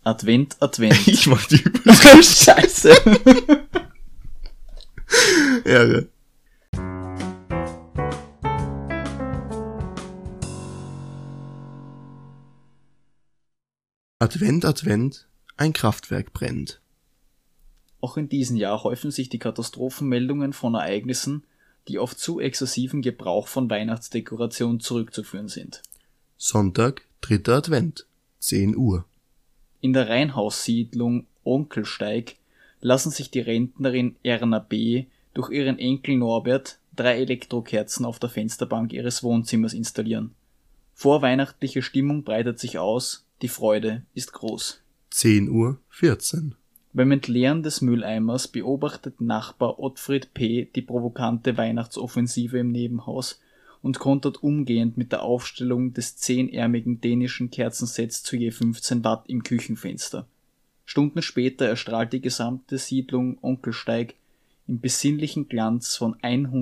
Advent, Advent. Ich mach die Überschrift. Scheiße. Ehre. Advent, Advent, ein Kraftwerk brennt. Auch in diesem Jahr häufen sich die Katastrophenmeldungen von Ereignissen, die auf zu exzessiven Gebrauch von Weihnachtsdekoration zurückzuführen sind. Sonntag, 3. Advent, 10 Uhr. In der Reihenhaussiedlung Onkelsteig lassen sich die Rentnerin Erna B. durch ihren Enkel Norbert 3 Elektrokerzen auf der Fensterbank ihres Wohnzimmers installieren. Vorweihnachtliche Stimmung breitet sich aus, die Freude ist groß. 10 Uhr 14. Beim Entleeren des Mülleimers beobachtet Nachbar Ottfried P. die provokante Weihnachtsoffensive im Nebenhaus und kontert umgehend mit der Aufstellung des 10-ärmigen dänischen Kerzensets zu je 15 Watt im Küchenfenster. Stunden später erstrahlt die gesamte Siedlung Onkelsteig im besinnlichen Glanz von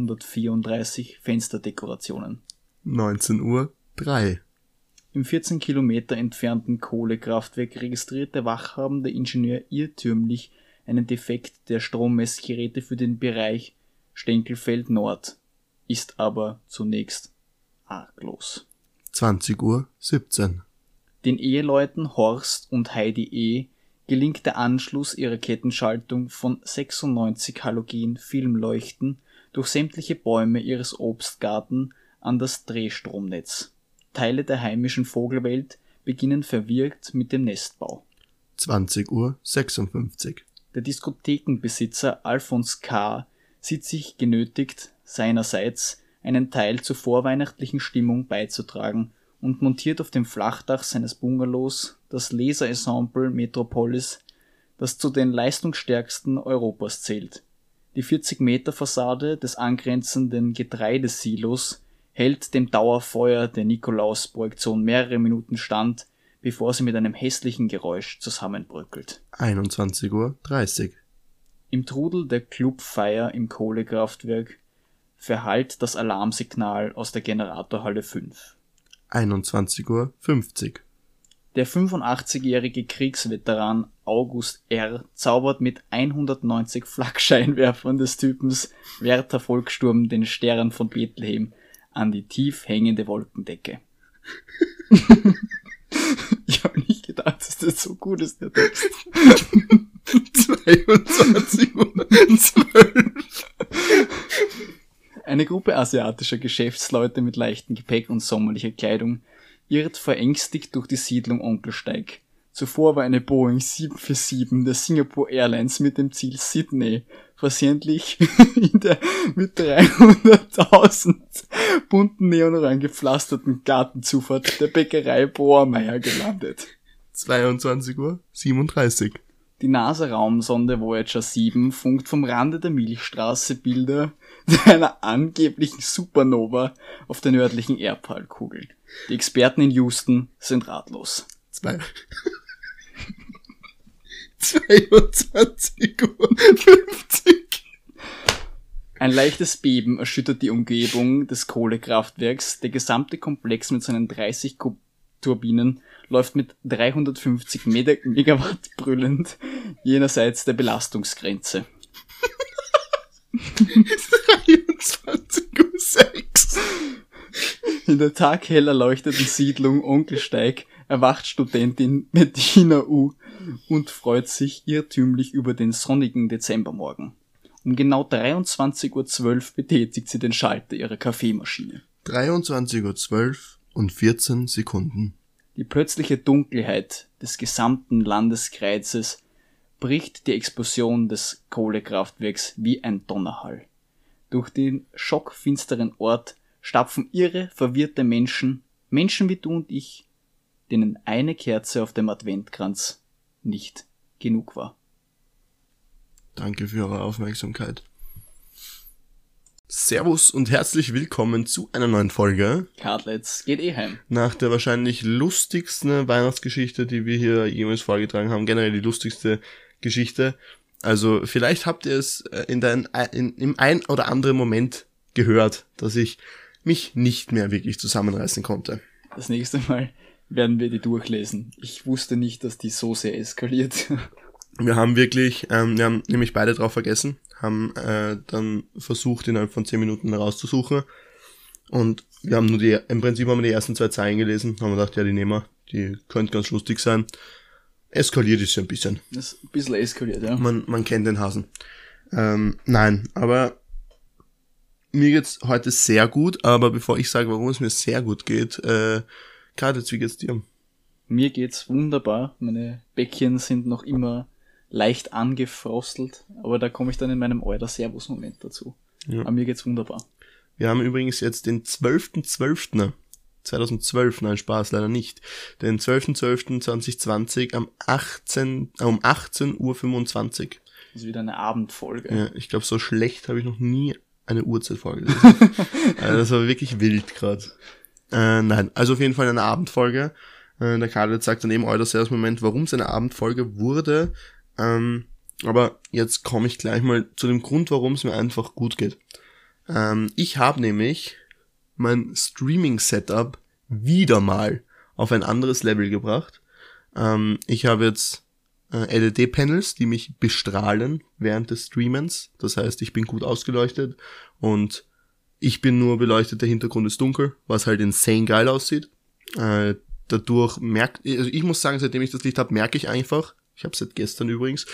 134 Fensterdekorationen. 19 Uhr 3. Im 14 Kilometer entfernten Kohlekraftwerk registriert der wachhabende Ingenieur irrtümlich einen Defekt der Strommessgeräte für den Bereich Stenkelfeld Nord, ist aber zunächst arglos. 20 Uhr 17. Den Eheleuten Horst und Heidi E. gelingt der Anschluss ihrer Kettenschaltung von 96 Halogen-Filmleuchten durch sämtliche Bäume ihres Obstgarten an das Drehstromnetz. Teile der heimischen Vogelwelt beginnen verwirrt mit dem Nestbau. 20 Uhr 56. Der Diskothekenbesitzer Alfons K. sieht sich genötigt, seinerseits einen Teil zur vorweihnachtlichen Stimmung beizutragen und montiert auf dem Flachdach seines Bungalows das Laserensemble Metropolis, das zu den leistungsstärksten Europas zählt. Die 40-Meter-Fassade des angrenzenden Getreidesilos hält dem Dauerfeuer der Nikolaus-Projektion mehrere Minuten stand, bevor sie mit einem hässlichen Geräusch zusammenbröckelt. 21 Uhr 30. Im Trudel der Clubfeier im Kohlekraftwerk verhallt das Alarmsignal aus der Generatorhalle 5. 21 Uhr 50. Der 85-jährige Kriegsveteran August R. zaubert mit 190 Flakscheinwerfern des Typens Werther Volkssturm den Stern von Bethlehem an die tief hängende Wolkendecke. Ich habe nicht gedacht, dass das so gut ist, der Text. 22 Uhr 12. Eine Gruppe asiatischer Geschäftsleute mit leichtem Gepäck und sommerlicher Kleidung irrt verängstigt durch die Siedlung Onkelsteig. Zuvor war eine Boeing 747 der Singapore Airlines mit dem Ziel Sydney versehentlich in der mit 300.000 bunten neonorange gepflasterten Gartenzufahrt der Bäckerei Bohrmeier gelandet. 22 Uhr 37. Die NASA-Raumsonde Voyager 7 funkt vom Rande der Milchstraße Bilder einer angeblichen Supernova auf der nördlichen Erdhalbkugel. Die Experten in Houston sind ratlos. 22 Uhr 50. Ein leichtes Beben erschüttert die Umgebung des Kohlekraftwerks. Der gesamte Komplex mit seinen 30 Turbinen läuft mit 350 Megawatt brüllend jenerseits der Belastungsgrenze. 23 Uhr 6. In der taghell erleuchteten Siedlung Onkelsteig erwacht Studentin Bettina U. und freut sich irrtümlich über den sonnigen Dezembermorgen. Um genau 23:12 Uhr betätigt sie den Schalter ihrer Kaffeemaschine. 23:12 Uhr und 14 Sekunden. Die plötzliche Dunkelheit des gesamten Landeskreizes bricht die Explosion des Kohlekraftwerks wie ein Donnerhall. Durch den schockfinsteren Ort stapfen irre, verwirrte Menschen wie du und ich, denen eine Kerze auf dem Adventkranz nicht genug war. Danke für eure Aufmerksamkeit. Servus und herzlich willkommen zu einer neuen Folge. Kartlets geht heim. Nach der wahrscheinlich lustigsten Weihnachtsgeschichte, die wir hier jemals vorgetragen haben, generell die lustigste Geschichte. Also vielleicht habt ihr es im ein oder anderen Moment gehört, dass ich mich nicht mehr wirklich zusammenreißen konnte. Das nächste Mal werden wir die durchlesen. Ich wusste nicht, dass die so sehr eskaliert. Wir haben wirklich, wir haben nämlich beide drauf vergessen, haben dann versucht, innerhalb von 10 Minuten rauszusuchen. Und wir haben im Prinzip haben wir die ersten 2 Zeilen gelesen, haben wir gedacht, ja, die nehmen wir, die könnte ganz lustig sein. Eskaliert ist ja ein bisschen. Das ist ein bisschen eskaliert, ja. Man kennt den Hasen. Nein, aber mir geht's heute sehr gut, aber bevor ich sage, warum es mir sehr gut geht, gerade jetzt, wie geht's dir? Mir geht's wunderbar. Meine Bäckchen sind noch immer leicht angefrostelt, aber da komme ich dann in meinem Alter-Servus-Moment dazu. Ja. Aber mir geht's wunderbar. Wir haben übrigens jetzt den 12.12.2012, nein, Spaß, leider nicht. Den 12.12.2020 um 18:25 Uhr. Das ist wieder eine Abendfolge. Ja, ich glaube, so schlecht habe ich noch nie eine Uhrzeit vorgelesen. Also das war wirklich wild gerade. Nein, also auf jeden Fall eine Abendfolge. Der Karl sagt dann eben heute sehr Moment, warum es eine Abendfolge wurde. Aber jetzt komme ich gleich mal zu dem Grund, warum es mir einfach gut geht. Ich habe nämlich mein Streaming-Setup wieder mal auf ein anderes Level gebracht. Ich habe jetzt LED-Panels, die mich bestrahlen während des Streamens. Das heißt, ich bin gut ausgeleuchtet und ich bin nur beleuchtet, der Hintergrund ist dunkel, was halt insane geil aussieht. Dadurch also ich muss sagen, seitdem ich das Licht habe, merke ich einfach, ich habe es seit gestern übrigens,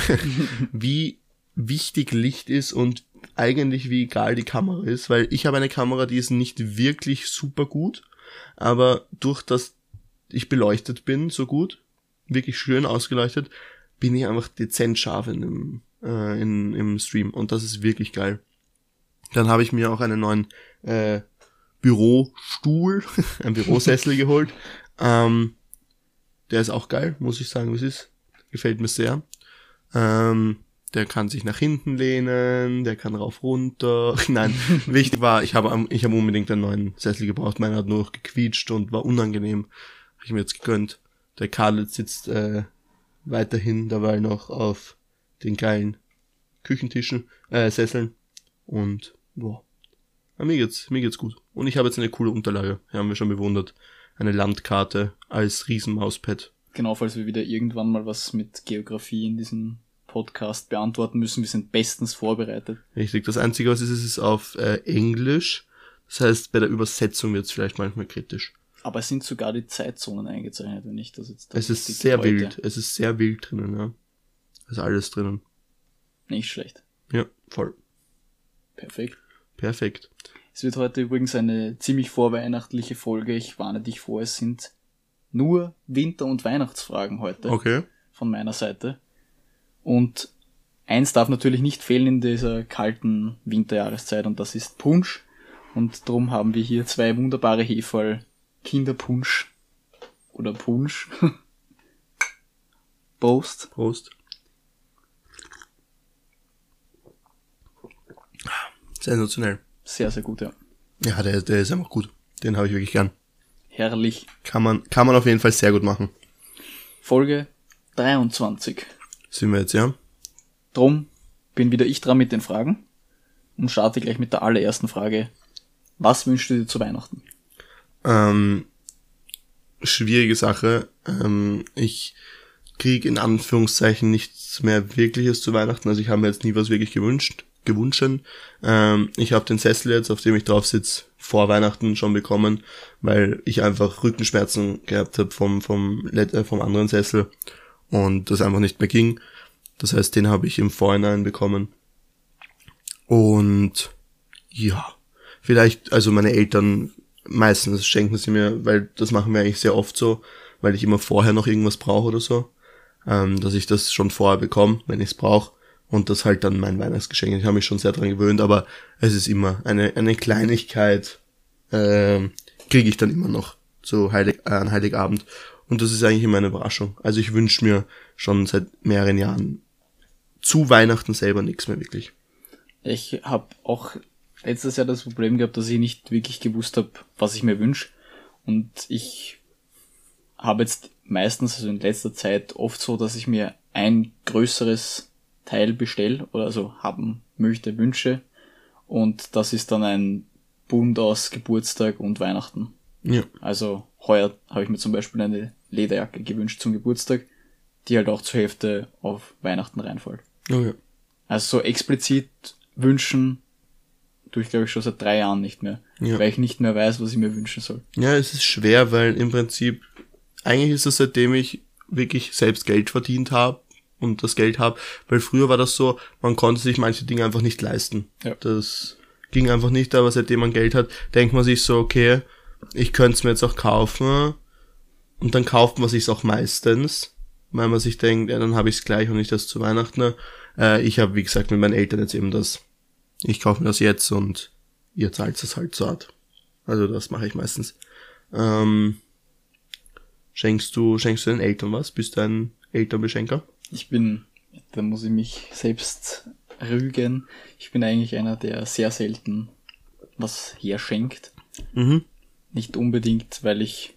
wie wichtig Licht ist und eigentlich wie egal die Kamera ist, weil ich habe eine Kamera, die ist nicht wirklich super gut, aber durch das ich beleuchtet bin so gut, wirklich schön ausgeleuchtet, bin ich einfach dezent scharf im Stream und das ist wirklich geil. Dann habe ich mir auch einen neuen Bürostuhl, einen Bürosessel geholt. Der ist auch geil, muss ich sagen, wie es ist. Gefällt mir sehr. Der kann sich nach hinten lehnen, der kann rauf runter. Nein, wichtig war, ich habe unbedingt einen neuen Sessel gebraucht. Meiner hat nur noch gequietscht und war unangenehm. Habe ich mir jetzt gegönnt. Der Karl sitzt weiterhin dabei noch auf den geilen Küchentischen, Sesseln. Und boah, mir geht's gut. Und ich habe jetzt eine coole Unterlage, haben wir schon bewundert. Eine Landkarte als Riesenmauspad. Genau, falls wir wieder irgendwann mal was mit Geografie in diesem Podcast beantworten müssen. Wir sind bestens vorbereitet. Richtig, das Einzige, was ist auf Englisch. Das heißt, bei der Übersetzung wird es vielleicht manchmal kritisch. Aber es sind sogar die Zeitzonen eingezeichnet, wenn ich das jetzt... Es ist sehr wild. Es ist sehr wild drinnen, ja. Es ist alles drinnen. Nicht schlecht. Ja, voll. Perfekt. Es wird heute übrigens eine ziemlich vorweihnachtliche Folge. Ich warne dich vor, es sind nur Winter- und Weihnachtsfragen heute. Okay. Von meiner Seite. Und eins darf natürlich nicht fehlen in dieser kalten Winterjahreszeit und das ist Punsch. Und darum haben wir hier 2 wunderbare Heferl Kinderpunsch oder Punsch. Prost. Sensationell. Sehr, sehr gut, ja. Ja, der ist einfach gut. Den habe ich wirklich gern. Herrlich. Kann man auf jeden Fall sehr gut machen. Folge 23. Sind wir jetzt, ja? Drum bin wieder ich dran mit den Fragen und starte gleich mit der allerersten Frage. Was wünschst du dir zu Weihnachten? Schwierige Sache. Ich kriege in Anführungszeichen nichts mehr Wirkliches zu Weihnachten. Also ich habe mir jetzt nie was wirklich gewünscht. Ich habe den Sessel jetzt, auf dem ich drauf sitze, vor Weihnachten schon bekommen, weil ich einfach Rückenschmerzen gehabt habe vom anderen Sessel und das einfach nicht mehr ging. Das heißt, den habe ich im Vorhinein bekommen. Und ja, vielleicht, also meine Eltern meistens schenken sie mir, weil das machen wir eigentlich sehr oft so, weil ich immer vorher noch irgendwas brauche oder so, dass ich das schon vorher bekomme, wenn ich es brauche. Und das halt dann mein Weihnachtsgeschenk. Ich habe mich schon sehr dran gewöhnt, aber es ist immer eine Kleinigkeit, kriege ich dann immer noch so an Heiligabend. Und das ist eigentlich immer eine Überraschung. Also ich wünsche mir schon seit mehreren Jahren zu Weihnachten selber nichts mehr wirklich. Ich habe auch letztes Jahr das Problem gehabt, dass ich nicht wirklich gewusst habe, was ich mir wünsche. Und ich habe jetzt meistens, also in letzter Zeit, oft so, dass ich mir ein größeres Teil bestelle oder also haben möchte, wünsche. Und das ist dann ein Bund aus Geburtstag und Weihnachten. Ja. Also heuer habe ich mir zum Beispiel eine Lederjacke gewünscht zum Geburtstag, die halt auch zur Hälfte auf Weihnachten reinfällt. Okay. Also so explizit wünschen tue ich, glaube ich, schon seit 3 Jahren nicht mehr, Ja. weil ich nicht mehr weiß, was ich mir wünschen soll. Ja, es ist schwer, weil im Prinzip, eigentlich ist es seitdem ich wirklich selbst Geld verdient habe und das Geld habe, weil früher war das so, man konnte sich manche Dinge einfach nicht leisten. Ja. Das ging einfach nicht, aber seitdem man Geld hat, denkt man sich so, okay, ich könnte es mir jetzt auch kaufen und dann kauft man sich's auch meistens, weil man sich denkt, ja, dann habe ich es gleich und nicht erst zu Weihnachten. Ich habe, wie gesagt, mit meinen Eltern jetzt eben das, ich kaufe mir das jetzt und ihr zahlt es halt so Art. Also das mache ich meistens. Schenkst du den Eltern was? Bist du ein Elternbeschenker? Da muss ich mich selbst rügen. Ich bin eigentlich einer, der sehr selten was herschenkt. Mhm. Nicht unbedingt, weil ich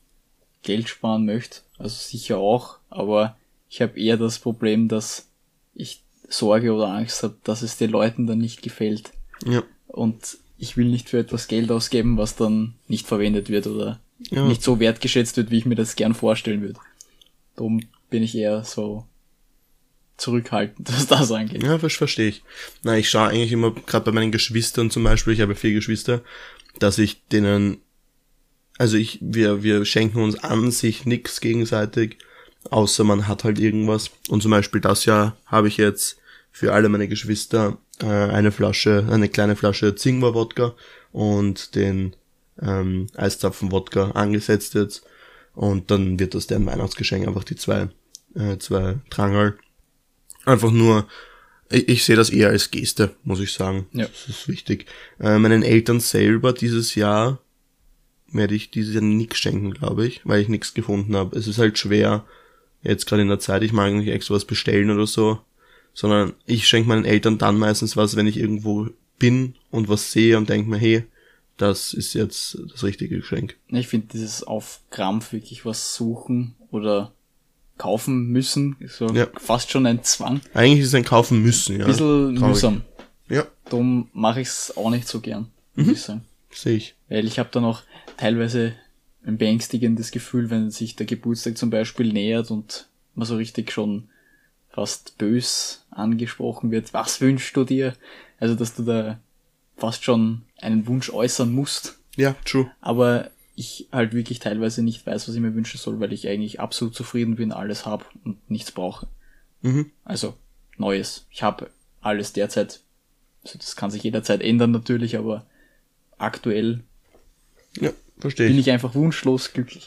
Geld sparen möchte, also sicher auch, aber ich habe eher das Problem, dass ich Sorge oder Angst habe, dass es den Leuten dann nicht gefällt. Ja. Und ich will nicht für etwas Geld ausgeben, was dann nicht verwendet wird oder Ja. nicht so wertgeschätzt wird, wie ich mir das gern vorstellen würde. Darum bin ich eher so zurückhaltend, was das angeht. Ja, verstehe ich. Na, ich schaue eigentlich immer, gerade bei meinen Geschwistern zum Beispiel, ich habe 4 Geschwister, dass ich denen, also wir schenken uns an sich nix gegenseitig, außer man hat halt irgendwas. Und zum Beispiel das Jahr habe ich jetzt für alle meine Geschwister eine kleine Flasche Zingwer-Wodka und den Eiszapfen-Wodka angesetzt jetzt. Und dann wird das deren Weihnachtsgeschenk, einfach die zwei Trangerl. Einfach nur, ich sehe das eher als Geste, muss ich sagen. Ja. Das ist wichtig. Meinen Eltern selber dieses Jahr werde ich dieses Jahr nichts schenken, glaube ich, weil ich nichts gefunden habe. Es ist halt schwer, jetzt gerade in der Zeit, ich mag nicht extra was bestellen oder so, sondern ich schenke meinen Eltern dann meistens was, wenn ich irgendwo bin und was sehe und denke mir, hey, das ist jetzt das richtige Geschenk. Ich finde dieses auf Krampf wirklich was suchen oder kaufen müssen, so Ja. fast schon ein Zwang. Eigentlich ist es ein Kaufen müssen, ja. Ein bisschen Traurig. mühsam. Ja, Darum mache ich es auch nicht so gern, muss ich sagen. sehe ich. Weil ich habe dann auch teilweise ein beängstigendes Gefühl, wenn sich der Geburtstag zum Beispiel nähert und man so richtig schon fast bös angesprochen wird. Was wünschst du dir? Also, dass du da fast schon einen Wunsch äußern musst. Ja, true. Aber ich halt wirklich teilweise nicht weiß, was ich mir wünschen soll, weil ich eigentlich absolut zufrieden bin, alles habe und nichts brauche. Mhm. Also, Neues. Ich habe alles derzeit. Also das kann sich jederzeit ändern natürlich, aber aktuell Ja, verstehe bin ich. ich einfach wunschlos glücklich.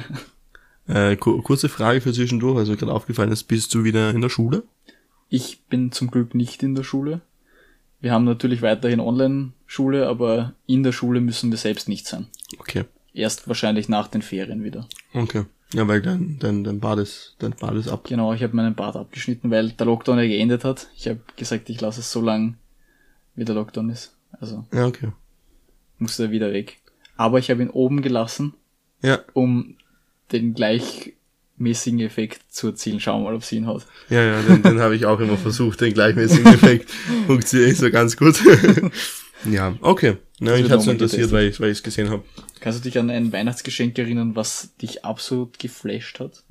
Kurze Frage für zwischendurch, also gerade aufgefallen ist, bist du wieder in der Schule? Ich bin zum Glück nicht in der Schule. Wir haben natürlich weiterhin Online-Schule, aber in der Schule müssen wir selbst nicht sein. Okay. Erst wahrscheinlich nach den Ferien wieder. Okay. Ja, weil dein Bad ist ab. Genau, ich habe meinen Bart abgeschnitten, weil der Lockdown ja geendet hat. Ich habe gesagt, ich lasse es so lang, wie der Lockdown ist. Also Ja, okay. musste er wieder weg. Aber ich habe ihn oben gelassen, Ja, um den gleichmäßigen Effekt zu erzielen. Schauen wir mal, ob es ihn hat. ja, den habe ich auch immer versucht, den gleichmäßigen Effekt. Funktioniert nicht so ganz gut. Ja, okay. Na, Das mich wird hat's nochmal interessiert, getestet. weil ich es gesehen habe. Kannst du dich an ein Weihnachtsgeschenk erinnern, was dich absolut geflasht hat?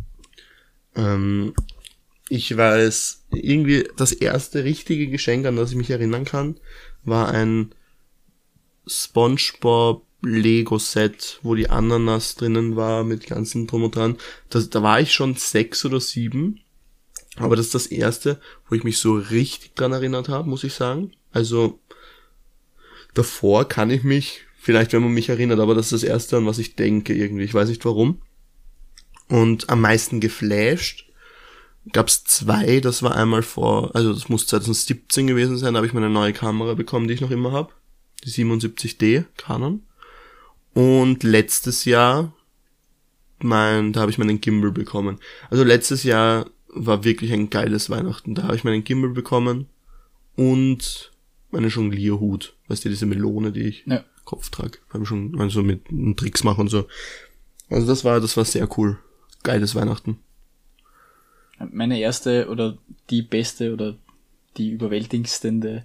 Ich weiß, irgendwie das erste richtige Geschenk, an das ich mich erinnern kann, war ein SpongeBob Lego Set, wo die Ananas drinnen war mit ganzen Drum und Dran. Da war ich schon 6 oder 7, aber das ist das erste, wo ich mich so richtig dran erinnert habe, muss ich sagen. Also davor kann ich mich, vielleicht wenn man mich erinnert, aber das ist das erste, an was ich denke irgendwie. Ich weiß nicht warum. Und am meisten geflasht gab's 2, das war einmal also das muss 2017 gewesen sein, da habe ich meine neue Kamera bekommen, die ich noch immer habe. Die 77D Canon. Und letztes Jahr, da habe ich meinen Gimbal bekommen. Also letztes Jahr war wirklich ein geiles Weihnachten. Da habe ich meinen Gimbal bekommen und meinen Jonglierhut. Weißt du, diese Melone, die ich Ja. Kopf trage. Habe ich schon also mit Tricks machen und so. Also das war sehr cool. Geiles Weihnachten. Meine erste oder die beste oder die überwältigendste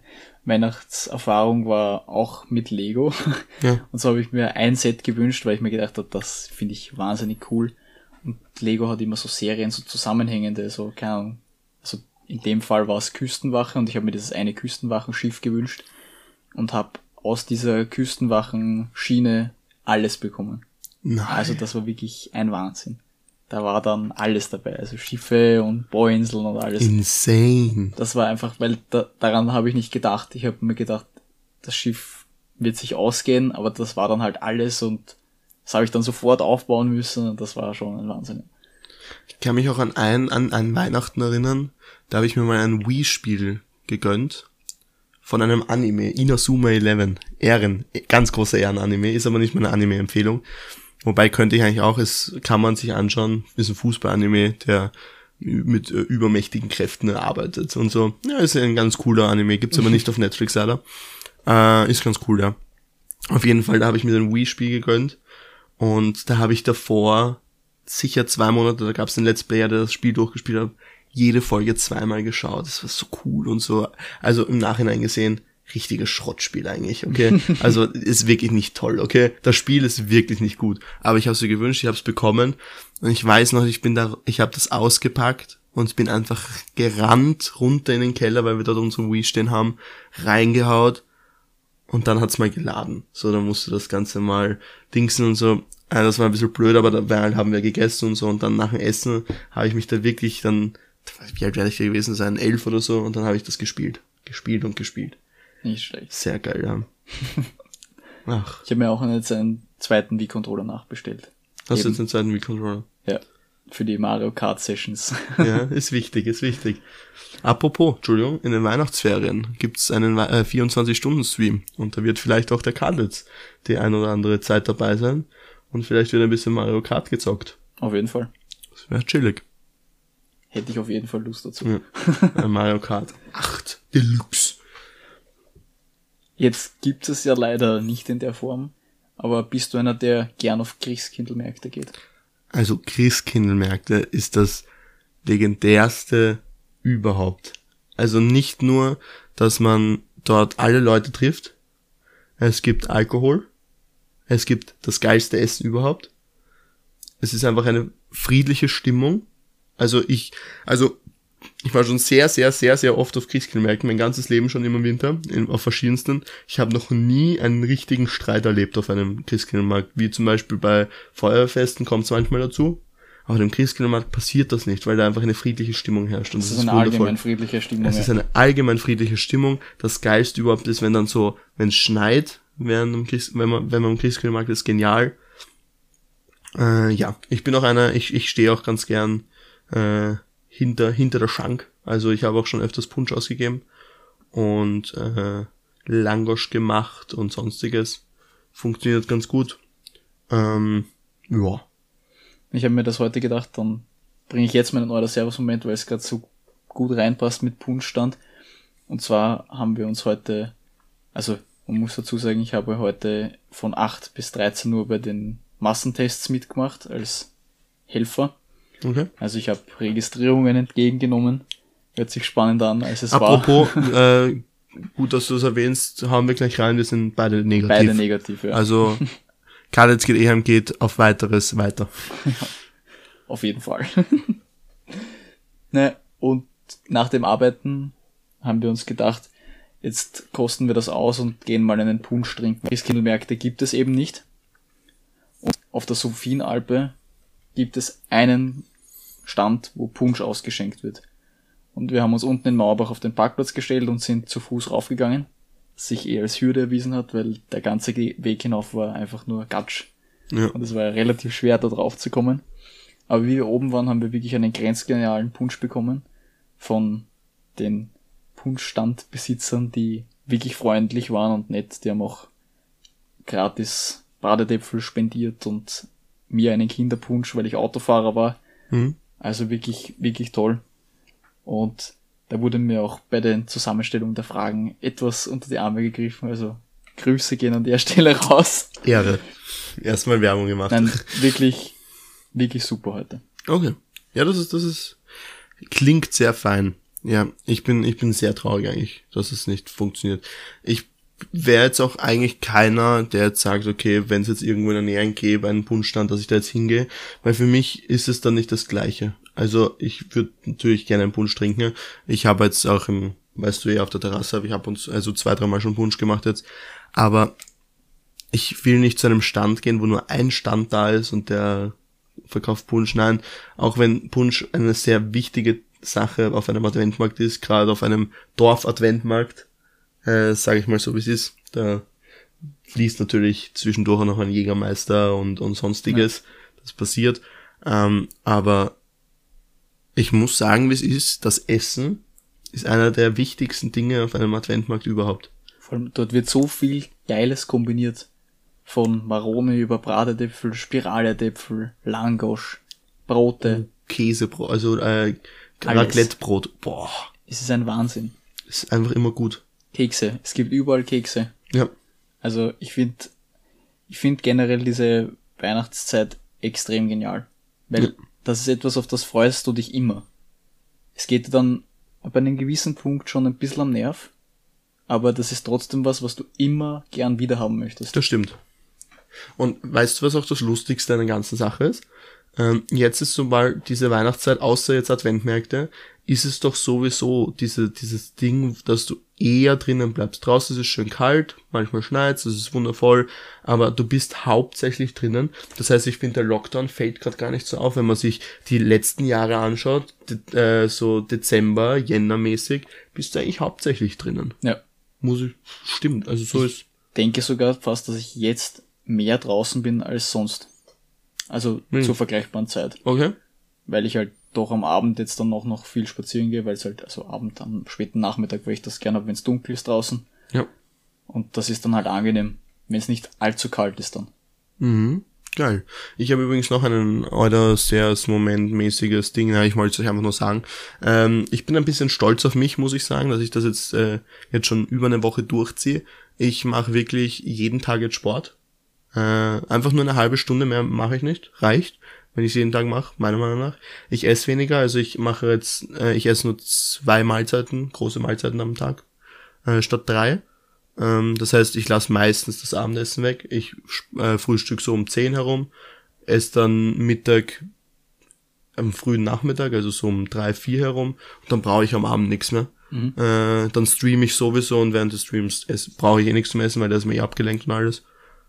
Weihnachtserfahrung war auch mit Lego. Ja. Und so habe ich mir ein Set gewünscht, weil ich mir gedacht habe, das finde ich wahnsinnig cool. Und Lego hat immer so Serien, so zusammenhängende, so, keine Ahnung. Also in dem Fall war es Küstenwache und ich habe mir dieses eine Küstenwachenschiff gewünscht und habe aus dieser Küstenwachenschiene alles bekommen. Nein. Also das war wirklich ein Wahnsinn. Da war dann alles dabei, also Schiffe und Bohrinseln und alles. Insane. Das war einfach, weil daran habe ich nicht gedacht. Ich habe mir gedacht, das Schiff wird sich ausgehen, aber das war dann halt alles und das habe ich dann sofort aufbauen müssen und das war schon ein Wahnsinn. Ich kann mich auch an Weihnachten erinnern, da habe ich mir mal ein Wii-Spiel gegönnt von einem Anime, Inazuma 11. Ganz großer Ehren-Anime, ist aber nicht meine Anime-Empfehlung. Wobei könnte ich eigentlich auch, es kann man sich anschauen, ist ein Fußball-Anime, der mit übermächtigen Kräften arbeitet und so. Ja, ist ein ganz cooler Anime, gibt's aber nicht auf Netflix leider. Ist ganz cool, ja. Auf jeden Fall, da habe ich mir ein Wii-Spiel gegönnt und da habe ich davor sicher 2 Monate, da gab's einen Let's Player, der das Spiel durchgespielt hat, jede Folge 2-mal geschaut. Das war so cool und so. Also im Nachhinein gesehen, richtiges Schrottspiel eigentlich, okay? Also ist wirklich nicht toll, okay? Das Spiel ist wirklich nicht gut. Aber ich habe es mir gewünscht, ich habe es bekommen und ich weiß noch, ich habe das ausgepackt und bin einfach gerannt runter in den Keller, weil wir dort unseren Wii stehen haben, reingehaut und dann hat's mal geladen. So, dann musste das Ganze mal dingsen und so. Das war ein bisschen blöd, aber dabei haben wir gegessen und so und dann nach dem Essen habe ich mich da wirklich dann, wie alt werde ich da gewesen sein, 11 oder so, und dann habe ich das gespielt. Gespielt. Nicht schlecht. Sehr geil, ja. Ach. Ich habe mir auch jetzt einen zweiten Wii-Controller nachbestellt. Hast du jetzt einen zweiten Wii-Controller? Ja, für die Mario Kart Sessions. Ja, ist wichtig. Apropos, Entschuldigung, in den Weihnachtsferien gibt's einen 24-Stunden-Stream und da wird vielleicht auch der Kadlitz die ein oder andere Zeit dabei sein und vielleicht wird ein bisschen Mario Kart gezockt. Auf jeden Fall. Das wäre chillig. Hätte ich auf jeden Fall Lust dazu. Ja. Mario Kart 8 Deluxe. Jetzt gibt es ja leider nicht in der Form, aber bist du einer, der gern auf Christkindlmärkte geht? Also Christkindlmärkte ist das legendärste überhaupt. Also nicht nur, dass man dort alle Leute trifft, es gibt Alkohol, es gibt das geilste Essen überhaupt, es ist einfach eine friedliche Stimmung. Also ich war schon sehr, sehr, sehr, sehr oft auf Christkindlmärkten, mein ganzes Leben schon immer im Winter, auf verschiedensten. Ich habe noch nie einen richtigen Streit erlebt auf einem Christkindlmarkt, wie zum Beispiel bei Feuerfesten kommt es manchmal dazu. Aber auf dem Christkindlmarkt passiert das nicht, weil da einfach eine friedliche Stimmung herrscht. Und das ist eine allgemein friedliche Stimmung. Es ist eine allgemein friedliche Stimmung. Das Geilste überhaupt ist, wenn es schneit, wenn man am Christkindlmarkt ist, genial. Ja, ich bin auch ich stehe auch ganz gern hinter der Schank. Also ich habe auch schon öfters Punsch ausgegeben und Langosch gemacht und sonstiges. Funktioniert ganz gut. Ja. Ich habe mir das heute gedacht, dann bringe ich jetzt meinen Euler Servus-Moment, weil es gerade so gut reinpasst mit Punschstand. Und zwar haben wir uns heute, also man muss dazu sagen, ich habe heute von 8 bis 13 Uhr bei den Massentests mitgemacht als Helfer. Okay. Also ich habe Registrierungen entgegengenommen. Hört sich spannend an, als es Apropos, war. Gut, dass du das erwähnst, hauen wir gleich rein, wir sind beide negativ. Beide negativ, ja. Also Kadetz geht EM geht auf weiteres weiter. Ja, auf jeden Fall. Ne, und nach dem Arbeiten haben wir uns gedacht, jetzt kosten wir das aus und gehen mal einen Punsch trinken. Christkindlmärkte gibt es eben nicht. Und auf der Sophienalpe gibt es einen Stand, wo Punsch ausgeschenkt wird. Und wir haben uns unten in Mauerbach auf den Parkplatz gestellt und sind zu Fuß raufgegangen, was sich eher als Hürde erwiesen hat, weil der ganze Weg hinauf war einfach nur Gatsch. Ja. Und es war relativ schwer, da drauf zu kommen. Aber wie wir oben waren, haben wir wirklich einen grenzgenialen Punsch bekommen von den Punschstandbesitzern, die wirklich freundlich waren und nett. Die haben auch gratis Bradedäpfel spendiert und mir einen Kinderpunsch, weil ich Autofahrer war. Mhm. Also wirklich, wirklich toll. Und da wurde mir auch bei der Zusammenstellung der Fragen etwas unter die Arme gegriffen. Also Grüße gehen an der Stelle raus. Ehre. Erstmal Werbung gemacht. Nein, wirklich, wirklich super heute. Okay. Ja, das ist klingt sehr fein. Ja, ich bin sehr traurig eigentlich, dass es nicht funktioniert. Ich wäre jetzt auch eigentlich keiner, der jetzt sagt, okay, wenn es jetzt irgendwo in der Nähe gäbe, einen Punschstand, dass ich da jetzt hingehe, weil für mich ist es dann nicht das Gleiche. Also ich würde natürlich gerne einen Punsch trinken. Ich habe jetzt auch weißt du, auf der Terrasse, ich habe uns also 2-3 Mal schon Punsch gemacht jetzt, aber ich will nicht zu einem Stand gehen, wo nur ein Stand da ist und der verkauft Punsch. Nein, auch wenn Punsch eine sehr wichtige Sache auf einem Adventmarkt ist, gerade auf einem Dorf-Adventmarkt, sage ich mal so, wie es ist, da fließt natürlich zwischendurch auch noch ein Jägermeister und sonstiges, das passiert, aber ich muss sagen, wie es ist, das Essen ist einer der wichtigsten Dinge auf einem Adventmarkt überhaupt. Vor allem, dort wird so viel Geiles kombiniert. Von Maroni über Bratäpfel, Spiraläpfel, Langosch, Brote. Käsebrot, also Raclettebrot. Boah. Es ist ein Wahnsinn. Es ist einfach immer gut. Kekse. Es gibt überall Kekse. Ja. Also ich find generell diese Weihnachtszeit extrem genial. Weil das ist etwas, auf das freust du dich immer. Es geht dir dann ab einem gewissen Punkt schon ein bisschen am Nerv, aber das ist trotzdem was du immer gern wieder haben möchtest. Das stimmt. Und weißt du, was auch das Lustigste an der ganzen Sache ist? Jetzt ist sobald diese Weihnachtszeit, außer jetzt Adventmärkte, ist es doch sowieso dieses Ding, dass du eher drinnen bleibst. Draußen ist es schön kalt, manchmal schneit es ist wundervoll, aber du bist hauptsächlich drinnen. Das heißt, ich finde, der Lockdown fällt gerade gar nicht so auf, wenn man sich die letzten Jahre anschaut, so Dezember, Jänner mäßig, bist du eigentlich hauptsächlich drinnen. Ja. Stimmt, also so ist. Ich denke sogar fast, dass ich jetzt mehr draußen bin als sonst. Also zur vergleichbaren Zeit. Okay. Weil ich halt doch am Abend jetzt dann noch viel spazieren gehe, weil es halt, also Abend, am späten Nachmittag, weil ich das gerne habe, wenn es dunkel ist draußen. Ja. Und das ist dann halt angenehm, wenn es nicht allzu kalt ist dann. Mhm. Geil. Ich habe übrigens noch ein sehr momentmäßiges Ding, ich wollte es euch einfach nur sagen. Ich bin ein bisschen stolz auf mich, muss ich sagen, dass ich das jetzt schon über eine Woche durchziehe. Ich mache wirklich jeden Tag jetzt Sport. Einfach nur eine halbe Stunde, mehr mache ich nicht. Reicht, wenn ich es jeden Tag mache, meiner Meinung nach. Ich esse weniger, also ich esse nur 2 Mahlzeiten, große Mahlzeiten am Tag, statt 3. Das heißt, ich lasse meistens das Abendessen weg. Ich frühstück so um 10 herum, esse dann Mittag am frühen Nachmittag, also so um 3, 4 herum, und dann brauche ich am Abend nichts mehr. Mhm. Dann streame ich sowieso und während des Streams brauche ich nichts zum Essen, weil da ist mir abgelenkt und alles.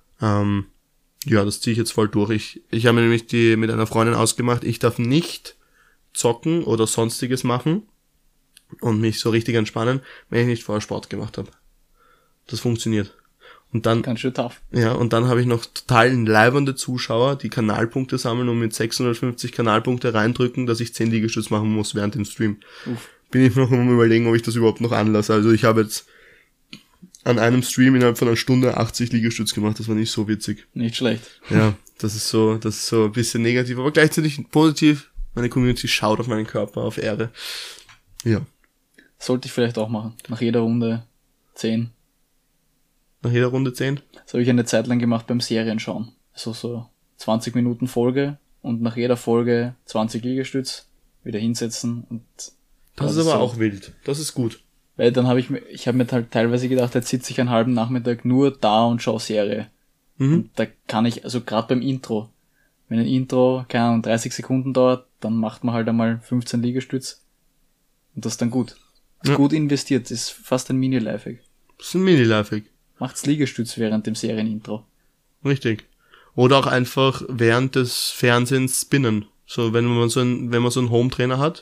Ja, das ziehe ich jetzt voll durch. Ich habe mir nämlich mit einer Freundin ausgemacht, ich darf nicht zocken oder sonstiges machen und mich so richtig entspannen, wenn ich nicht vorher Sport gemacht habe. Das funktioniert. Und dann, ganz schön tough. Ja, und dann habe ich noch total leibernde Zuschauer, die Kanalpunkte sammeln und mit 650 Kanalpunkte reindrücken, dass ich 10 Liegestütz machen muss während dem Stream. Uff. Bin ich noch am Überlegen, ob ich das überhaupt noch anlasse. Also ich habe jetzt an einem Stream innerhalb von einer Stunde 80 Liegestütz gemacht, das war nicht so witzig. Nicht schlecht. Ja, das ist so ein bisschen negativ, aber gleichzeitig positiv. Meine Community schaut auf meinen Körper, auf Ehre. Ja. Sollte ich vielleicht auch machen. Nach jeder Runde 10. Nach jeder Runde 10? Das habe ich eine Zeit lang gemacht beim Serienschauen. Also so 20 Minuten Folge und nach jeder Folge 20 Liegestütz, wieder hinsetzen und... Das ist aber so, auch wild. Das ist gut. Weil dann habe ich mir halt teilweise gedacht, jetzt sitze ich einen halben Nachmittag nur da und schaue Serie. Mhm. Und da kann ich, also gerade beim Intro, wenn ein Intro, keine Ahnung, 30 Sekunden dauert, dann macht man halt einmal 15 Liegestütz. Und das ist dann gut. Ja. Gut investiert, ist fast ein Mini-Lifehack. Das ist ein Mini-Lifehack. Macht's Liegestütz während dem Serienintro. Richtig. Oder auch einfach während des Fernsehens spinnen. So, wenn man so einen Home-Trainer hat,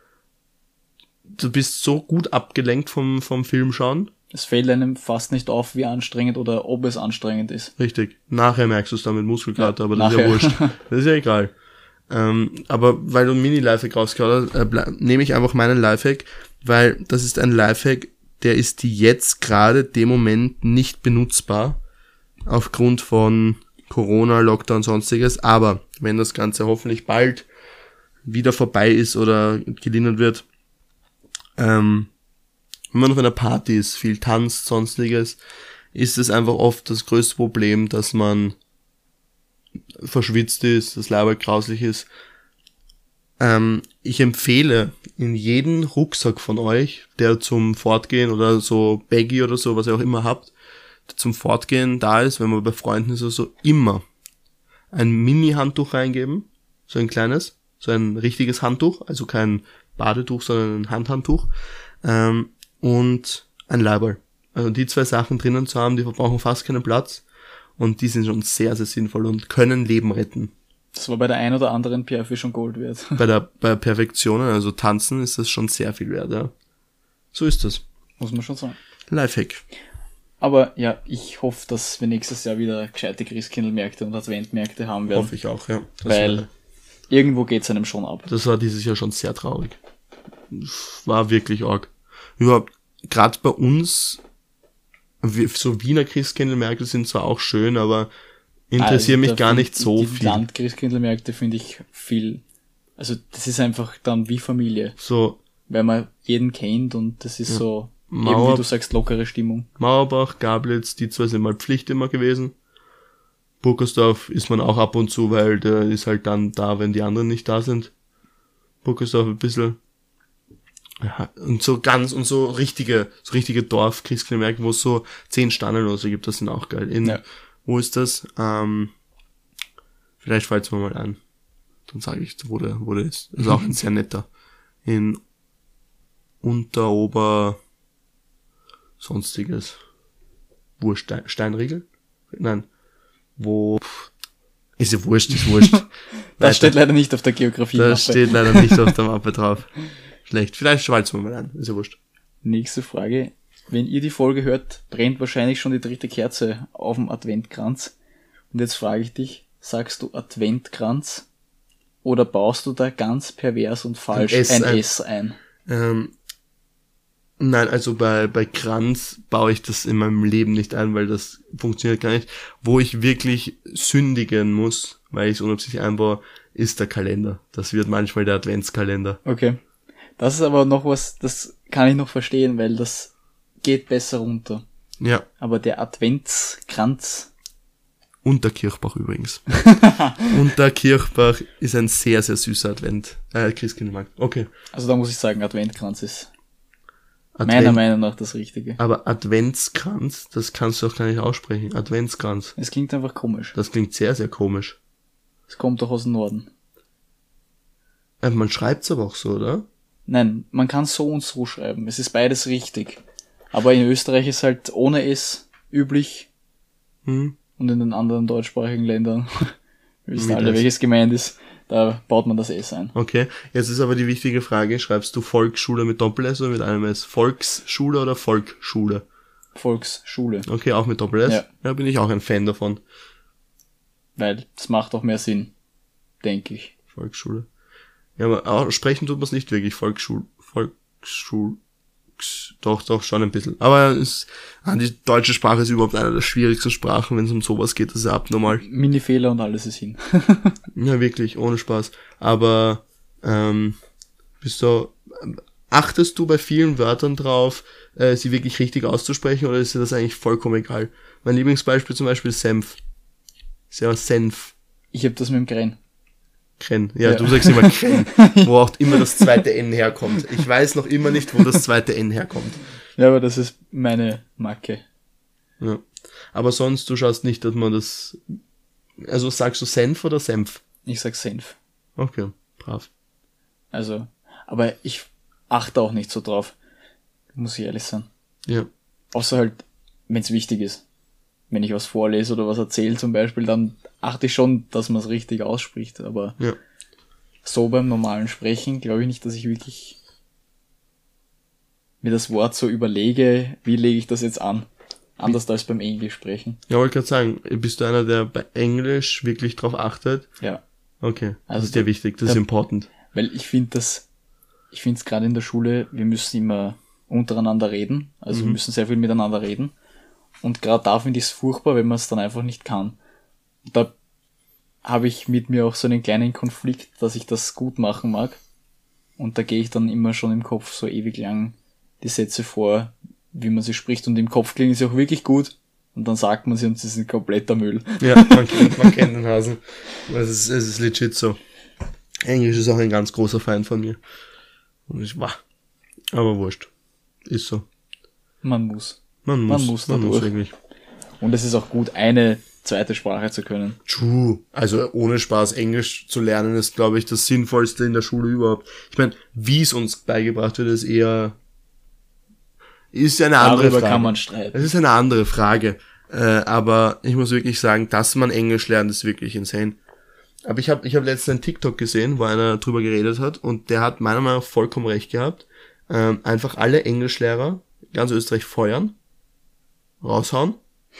du bist so gut abgelenkt vom Film schauen. Es fällt einem fast nicht auf, wie anstrengend oder ob es anstrengend ist. Richtig. Nachher merkst du es dann mit Muskelkater, ja, aber das nachher. Ist ja wurscht. Das ist ja egal. Aber weil du ein Mini-Lifehack rausgehört hast, nehme ich einfach meinen Lifehack, weil das ist ein Lifehack, der ist jetzt gerade dem Moment nicht benutzbar, aufgrund von Corona, Lockdown, sonstiges, aber wenn das Ganze hoffentlich bald wieder vorbei ist oder gelindert wird, wenn man auf einer Party ist, viel tanzt, sonstiges, ist es einfach oft das größte Problem, dass man verschwitzt ist, das Leiber grauslich ist. Ich empfehle in jeden Rucksack von euch, der zum Fortgehen oder so Baggy oder so, was ihr auch immer habt, der zum Fortgehen da ist, wenn man bei Freunden ist oder so, immer ein Mini-Handtuch reingeben, so ein kleines, so ein richtiges Handtuch, also kein Badetuch, sondern ein Handhandtuch, und ein Leiberl. Also die 2 Sachen drinnen zu haben, die verbrauchen fast keinen Platz und die sind schon sehr, sehr sinnvoll und können Leben retten. Das war bei der ein oder anderen Perfil schon Gold wert. Bei Perfektionen, also Tanzen, ist das schon sehr viel wert, ja. So ist das. Muss man schon sagen. Lifehack. Aber ja, ich hoffe, dass wir nächstes Jahr wieder gescheite Christkindlmärkte und Adventmärkte haben werden. Hoffe ich auch, ja. Weil irgendwo geht's einem schon ab. Das war dieses Jahr schon sehr traurig. War wirklich arg. Überhaupt, gerade bei uns, so Wiener Christkindlmärkte sind zwar auch schön, aber interessieren mich gar nicht so viel. Die Land-Christkindlmärkte finde ich viel, also das ist einfach dann wie Familie. So. Weil man jeden kennt und das ist so, eben wie du sagst, lockere Stimmung. Mauerbach, Gablitz, die 2 sind mal Pflicht immer gewesen. Burgersdorf ist man auch ab und zu, weil der ist halt dann da, wenn die anderen nicht da sind. Burgersdorf ein bisschen. Ja, und so ganz, und so richtige Dorf-Christkindlmärkte, wo es so 10 Stangen oder so gibt, das sind auch geil. Wo ist das? Vielleicht fällt es mir mal an. Dann sage ich, wo der ist. Das ist auch ein sehr netter. In Unterober sonstiges. Steinriegel? Nein. Wo... Ist ja wurscht. Das steht leider nicht auf der Geografie-Mappe. Das steht leider nicht auf der Mappe drauf. Schlecht. Vielleicht schwalzen wir mal an. Ist ja wurscht. Nächste Frage. Wenn ihr die Folge hört, brennt wahrscheinlich schon die 3. Kerze auf dem Adventkranz. Und jetzt frage ich dich, sagst du Adventkranz oder baust du da ganz pervers und falsch ein S ein? Nein, also bei Kranz baue ich das in meinem Leben nicht ein, weil das funktioniert gar nicht. Wo ich wirklich sündigen muss, weil ich es unabsichtlich einbaue, ist der Kalender. Das wird manchmal der Adventskalender. Okay. Das ist aber noch was, das kann ich noch verstehen, weil das geht besser runter. Ja. Aber der Adventskranz. Unterkirchbach übrigens. Unterkirchbach ist ein sehr, sehr süßer Christkindlmarkt. Okay. Also da muss ich sagen, Adventkranz ist meiner Meinung nach das Richtige. Aber Adventskranz, das kannst du auch gar nicht aussprechen. Adventskranz. Es klingt einfach komisch. Das klingt sehr, sehr komisch. Es kommt doch aus dem Norden. Man schreibt's aber auch so, oder? Nein, man kann so und so schreiben. Es ist beides richtig. Aber in Österreich ist halt ohne S üblich. Und in den anderen deutschsprachigen Ländern, wir wissen alle, welches gemeint ist, da baut man das S ein. Okay, jetzt ist aber die wichtige Frage, schreibst du Volksschule mit Doppel-S oder mit einem S? Volksschule oder Volksschule? Volksschule. Okay, auch mit Doppel-S? Ja. Ja, bin ich auch ein Fan davon. Weil das macht auch mehr Sinn, denke ich. Volksschule. Ja, aber auch sprechen tut man es nicht wirklich, Doch, schon ein bisschen. Aber die deutsche Sprache ist überhaupt eine der schwierigsten Sprachen, wenn es um sowas geht, das ist ja abnormal. Mini-Fehler und alles ist hin. Ja, wirklich, ohne Spaß. Aber, achtest du bei vielen Wörtern drauf, sie wirklich richtig auszusprechen, oder ist dir das eigentlich vollkommen egal? Mein Lieblingsbeispiel zum Beispiel Senf. Ist ja Senf. Ich hab das mit dem Kren. Kren. Ja, du sagst immer Kren, wo auch immer das zweite N herkommt. Ich weiß noch immer nicht, wo das zweite N herkommt. Ja, aber das ist meine Macke. Ja. Aber sonst, du schaust nicht, dass man das... Also sagst du Senf oder Senf? Ich sag Senf. Okay, brav. Also, aber ich achte auch nicht so drauf. Muss ich ehrlich sein. Ja. Außer halt, wenn es wichtig ist. Wenn ich was vorlese oder was erzähle zum Beispiel, dann achte ich schon, dass man es richtig ausspricht. Aber ja. So beim normalen Sprechen glaube ich nicht, dass ich wirklich mir das Wort so überlege, wie lege ich das jetzt an. Anders als beim Englisch sprechen. Ja, wollte gerade sagen, bist du einer, der bei Englisch wirklich drauf achtet? Ja. Okay, das ist dir wichtig, das ist important. Weil ich finde es gerade in der Schule, wir müssen immer untereinander reden. Also wir müssen sehr viel miteinander reden. Und gerade da finde ich es furchtbar, wenn man es dann einfach nicht kann. Und da habe ich mit mir auch so einen kleinen Konflikt, dass ich das gut machen mag. Und da gehe ich dann immer schon im Kopf so ewig lang die Sätze vor, wie man sie spricht. Und im Kopf klingen sie auch wirklich gut. Und dann sagt man sie und sie sind kompletter Müll. Ja, man kennt den Hasen. Es ist legit so. Englisch ist auch ein ganz großer Feind von mir. Und aber wurscht. Ist so. Man muss Man muss dadurch. wirklich. Und es ist auch gut, eine zweite Sprache zu können. True. Also ohne Spaß, Englisch zu lernen ist, glaube ich, das Sinnvollste in der Schule überhaupt. Ich meine, wie es uns beigebracht wird, ist eine andere Darüber Frage. kann man streiten. Es ist eine andere Frage. Aber ich muss wirklich sagen, dass man Englisch lernt, ist wirklich insane. Aber ich hab letztens einen TikTok gesehen, wo einer drüber geredet hat und der hat meiner Meinung nach vollkommen recht gehabt. Einfach alle Englischlehrer ganz Österreich feuern, raushauen,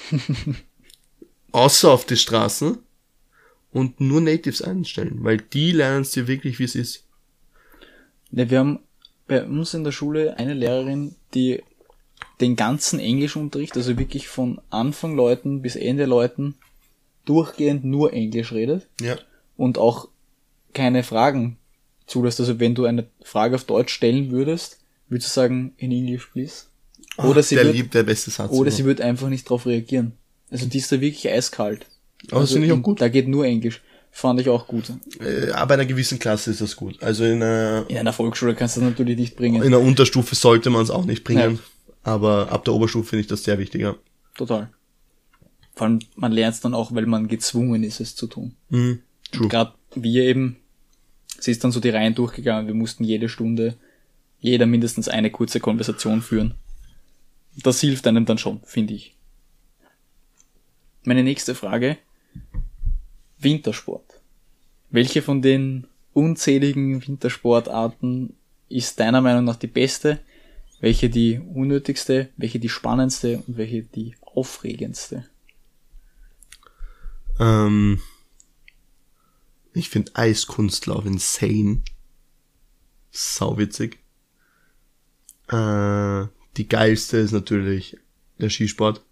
außer auf die Straßen und nur Natives einstellen, weil die lernen es dir wirklich, wie es ist. Ja, wir haben bei uns in der Schule eine Lehrerin, die den ganzen Englischunterricht, also wirklich von Anfang Leuten bis Ende Leuten, durchgehend nur Englisch redet Ja. und auch keine Fragen zulässt. Also wenn du eine Frage auf Deutsch stellen würdest du sagen, in English please? Oder Der beste Satz. Oder sie wird einfach nicht darauf reagieren. Also die ist da wirklich eiskalt. Aber das finde ich auch gut. Da geht nur Englisch. Fand ich auch gut. Aber in einer gewissen Klasse ist das gut. Also in einer Volksschule kannst du das natürlich nicht bringen. In der Unterstufe sollte man es auch nicht bringen. Ja. Aber ab der Oberstufe finde ich das sehr wichtig, ja. Total. Vor allem, man lernt es dann auch, weil man gezwungen ist, es zu tun. True. Gerade wir eben, sie ist dann so die Reihen durchgegangen, wir mussten jede Stunde, jeder mindestens eine kurze Konversation führen. Das hilft einem dann schon, finde ich. Meine nächste Frage. Wintersport. Welche von den unzähligen Wintersportarten ist deiner Meinung nach die beste? Welche die unnötigste? Welche die spannendste? Und welche die aufregendste? Ich finde Eiskunstlauf insane. Sauwitzig. Die geilste ist natürlich der Skisport.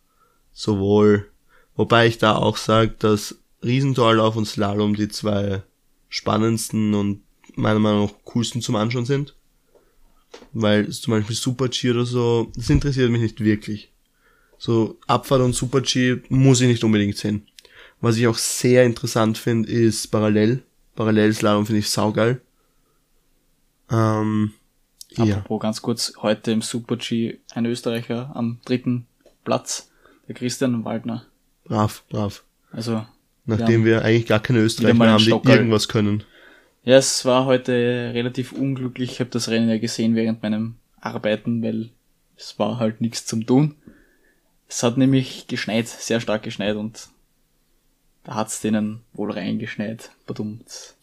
Wobei ich da auch sage, dass Riesentorlauf und Slalom die zwei spannendsten und meiner Meinung nach coolsten zum Anschauen sind. Weil zum Beispiel Super-G oder so, das interessiert mich nicht wirklich. So Abfahrt und Super-G muss ich nicht unbedingt sehen. Was ich auch sehr interessant finde, ist Parallelslalom finde ich saugeil. Apropos ganz kurz, heute im Super-G ein Österreicher am 3. Platz, der Christian Waldner. Brav. Also Nachdem wir eigentlich gar keine Österreicher mehr haben, die irgendwas können. Ja, es war heute relativ unglücklich. Ich habe das Rennen ja gesehen während meinem Arbeiten, weil es war halt nichts zum Tun. Es hat nämlich geschneit, sehr stark geschneit und da hat's denen wohl reingeschneit. Badumts.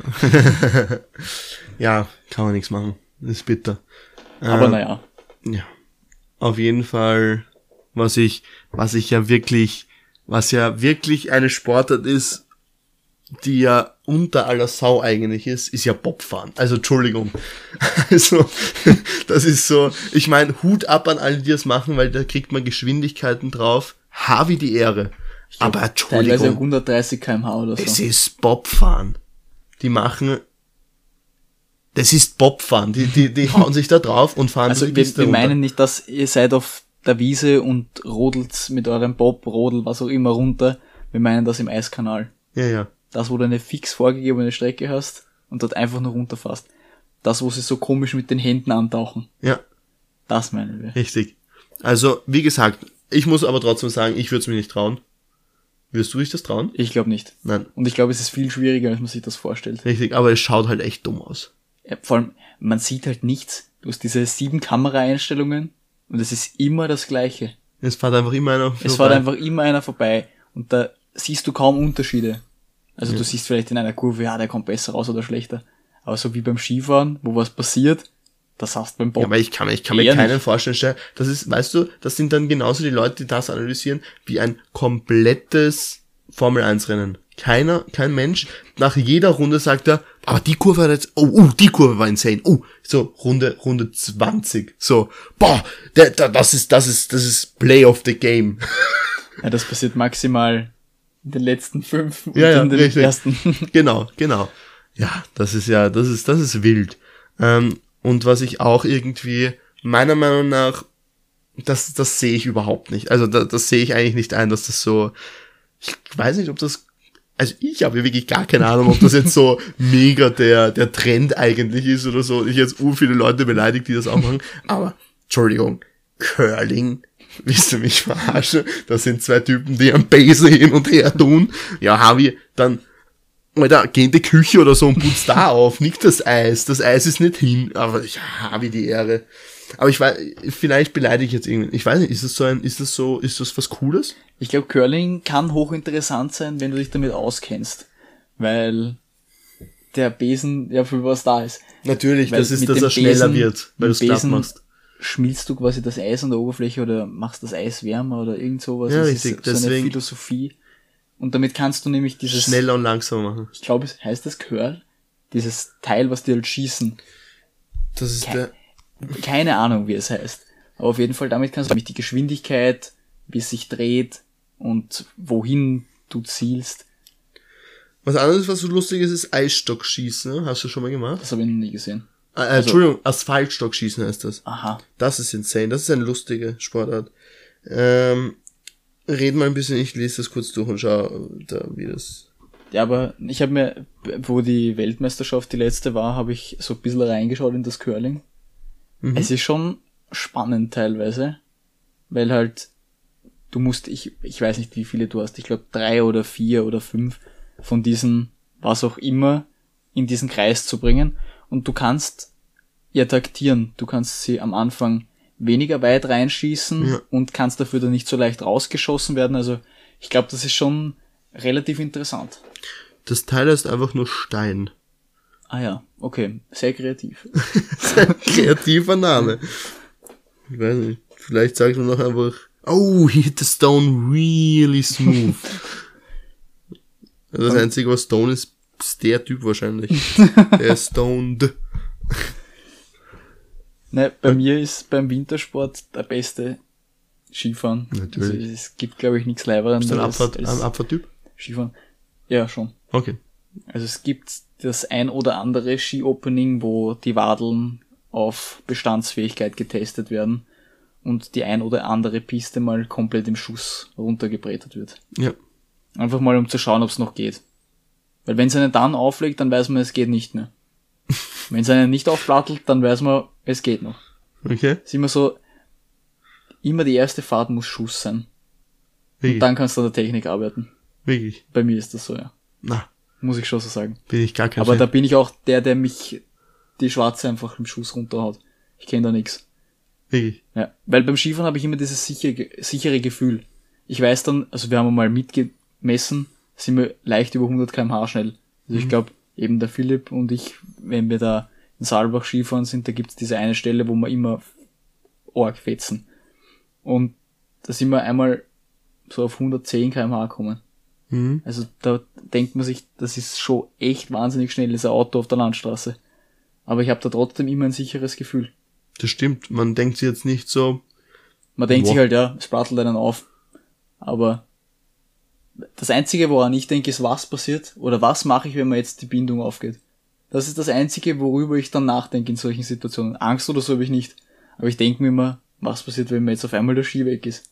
Ja, kann man nichts machen. Das ist bitter. Aber naja. Ja. Auf jeden Fall, was ja wirklich eine Sportart ist, die ja unter aller Sau eigentlich ist ja Bobfahren. Also, Entschuldigung. Also, das ist so, ich meine, Hut ab an alle, die das machen, weil da kriegt man Geschwindigkeiten drauf. Wie die Ehre. Aber Entschuldigung. Teilweise 130 km/h oder so. Es ist Bobfahren. Das ist Bobfahren. Die hauen sich da drauf und fahren also die Piste wir runter. meinen nicht, dass ihr seid auf der Wiese und rodelt mit eurem Bob, Rodel, was auch immer runter. Wir meinen das im Eiskanal. Ja. Das, wo du eine fix vorgegebene Strecke hast und dort einfach nur runterfährst. Das, wo sie so komisch mit den Händen antauchen. Ja. Das meinen wir. Richtig. Also, wie gesagt, ich muss aber trotzdem sagen, ich würde es mir nicht trauen. Würdest du dich das trauen? Ich glaube nicht. Nein. Und ich glaube, es ist viel schwieriger, als man sich das vorstellt. Richtig, aber es schaut halt echt dumm aus. Ja, vor allem, man sieht halt nichts. Du hast diese 7 Kameraeinstellungen und es ist immer das Gleiche. Es fährt einfach immer einer vorbei. Es fährt einfach immer einer vorbei und da siehst du kaum Unterschiede. Also du siehst vielleicht in einer Kurve, ja, der kommt besser raus oder schlechter. Aber so wie beim Skifahren, wo was passiert, das hast du beim Bob. Ja, aber ich kann mir keinen vorstellen, das ist, weißt du, das sind dann genauso die Leute, die das analysieren, wie ein komplettes Formel-1-Rennen. Kein Mensch, nach jeder Runde sagt er, aber die Kurve hat jetzt, die Kurve war insane, so, Runde 20, so, das ist Play of the Game. Ja, das passiert maximal in den letzten 5 und ja, in den richtig. ersten. Genau. Ja, das ist wild. Und was ich auch irgendwie, meiner Meinung nach, das sehe ich überhaupt nicht. Also das sehe ich eigentlich nicht ein, dass das so, ich weiß nicht, ob das also ich habe ja wirklich gar keine Ahnung, ob das jetzt so mega der Trend eigentlich ist oder so. Ich jetzt viele Leute beleidigt, die das auch machen. Aber, Entschuldigung, Curling, willst du mich verarschen? Das sind zwei Typen, die am Base hin und her tun. Ja, Harvey, dann, Alter, geh in die Küche oder so und putz da auf, nicht das Eis. Das Eis ist nicht hin, aber ja, Harvey, die Ehre. Aber ich weiß, vielleicht beleidige ich jetzt irgendwie. Ich weiß nicht, ist das was Cooles? Ich glaube, Curling kann hochinteressant sein, wenn du dich damit auskennst. Weil der Besen ja für was da ist. Natürlich, Weil das ist, dass er schneller wird, weil du es glatt machst. Schmilzt du quasi das Eis an der Oberfläche oder machst das Eis wärmer oder irgend sowas. Ja, das richtig. Ist so eine Philosophie. Und damit kannst du nämlich dieses... Schneller und langsamer machen. Ich glaube, es heißt das Curl. Dieses Teil, was die halt schießen. Das ist Keine Ahnung, wie es heißt. Aber auf jeden Fall, damit kannst du nämlich die Geschwindigkeit, wie es sich dreht und wohin du zielst. Was anderes, was so lustig ist Eisstockschießen. Ne? Hast du schon mal gemacht? Das habe ich noch nie gesehen. Entschuldigung, Asphaltstockschießen heißt das. Aha. Das ist insane. Das ist eine lustige Sportart. Red mal ein bisschen, ich lese das kurz durch und schau, wie das... Ja, aber ich habe mir, wo die Weltmeisterschaft die letzte war, habe ich so ein bisschen reingeschaut in das Curling. Mhm. Es ist schon spannend teilweise, weil halt du musst, ich weiß nicht, wie viele du hast, ich glaube 3 oder 4 oder 5 von diesen, was auch immer, in diesen Kreis zu bringen und du kannst ja taktieren, du kannst sie am Anfang weniger weit reinschießen und kannst dafür dann nicht so leicht rausgeschossen werden, also ich glaube, das ist schon relativ interessant. Das Teil heißt einfach nur Stein. Ah ja, okay, sehr kreativ. Sehr kreativer Name. Ich weiß nicht, vielleicht sagt man noch einfach, oh, he hit the stone really smooth. Das Einzige, was Stone ist der Typ wahrscheinlich. Der ist stoned. Ne, bei mir ist beim Wintersport der beste Skifahren. Natürlich. Also es gibt, glaube ich, nichts Leiberes. Bist du ein Abfahrtyp? Skifahren. Ja, schon. Okay. Also es gibt das ein oder andere Ski-Opening, wo die Wadeln auf Bestandsfähigkeit getestet werden und die ein oder andere Piste mal komplett im Schuss runtergebrettert wird. Ja. Einfach mal, um zu schauen, ob es noch geht. Weil wenn es einen dann auflegt, dann weiß man, es geht nicht mehr. Wenn es einen nicht aufplattelt, dann weiß man, es geht noch. Okay. Es ist immer so, immer die erste Fahrt muss Schuss sein. Wirklich? Und dann kannst du an der Technik arbeiten. Wirklich? Bei mir ist das so, ja. Na. Muss ich schon so sagen. Bin ich gar kein Aber Fan. da bin ich auch der mich die Schwarze einfach im Schuss runterhaut. Ich kenne da nix. Wirklich? Ja. Weil beim Skifahren habe ich immer dieses sichere Gefühl. Ich weiß dann, also wir haben mal mitgemessen, sind wir leicht über 100 km/h schnell. Also ich glaube, eben der Philipp und ich, wenn wir da in Saalbach Skifahren sind, da gibt's diese eine Stelle, wo wir immer arg fetzen. Und da sind wir einmal so auf 110 km/h gekommen. Mhm. Also da denkt man sich, das ist schon echt wahnsinnig schnell, das Auto auf der Landstraße. Aber ich habe da trotzdem immer ein sicheres Gefühl. Das stimmt, man denkt sich jetzt nicht so... Man denkt sich halt, ja, es plattelt einen auf. Aber das Einzige, woran ich denke, ist, was passiert oder was mache ich, wenn mir jetzt die Bindung aufgeht. Das ist das Einzige, worüber ich dann nachdenke in solchen Situationen. Angst oder so habe ich nicht. Aber ich denke mir immer, was passiert, wenn mir jetzt auf einmal der Ski weg ist.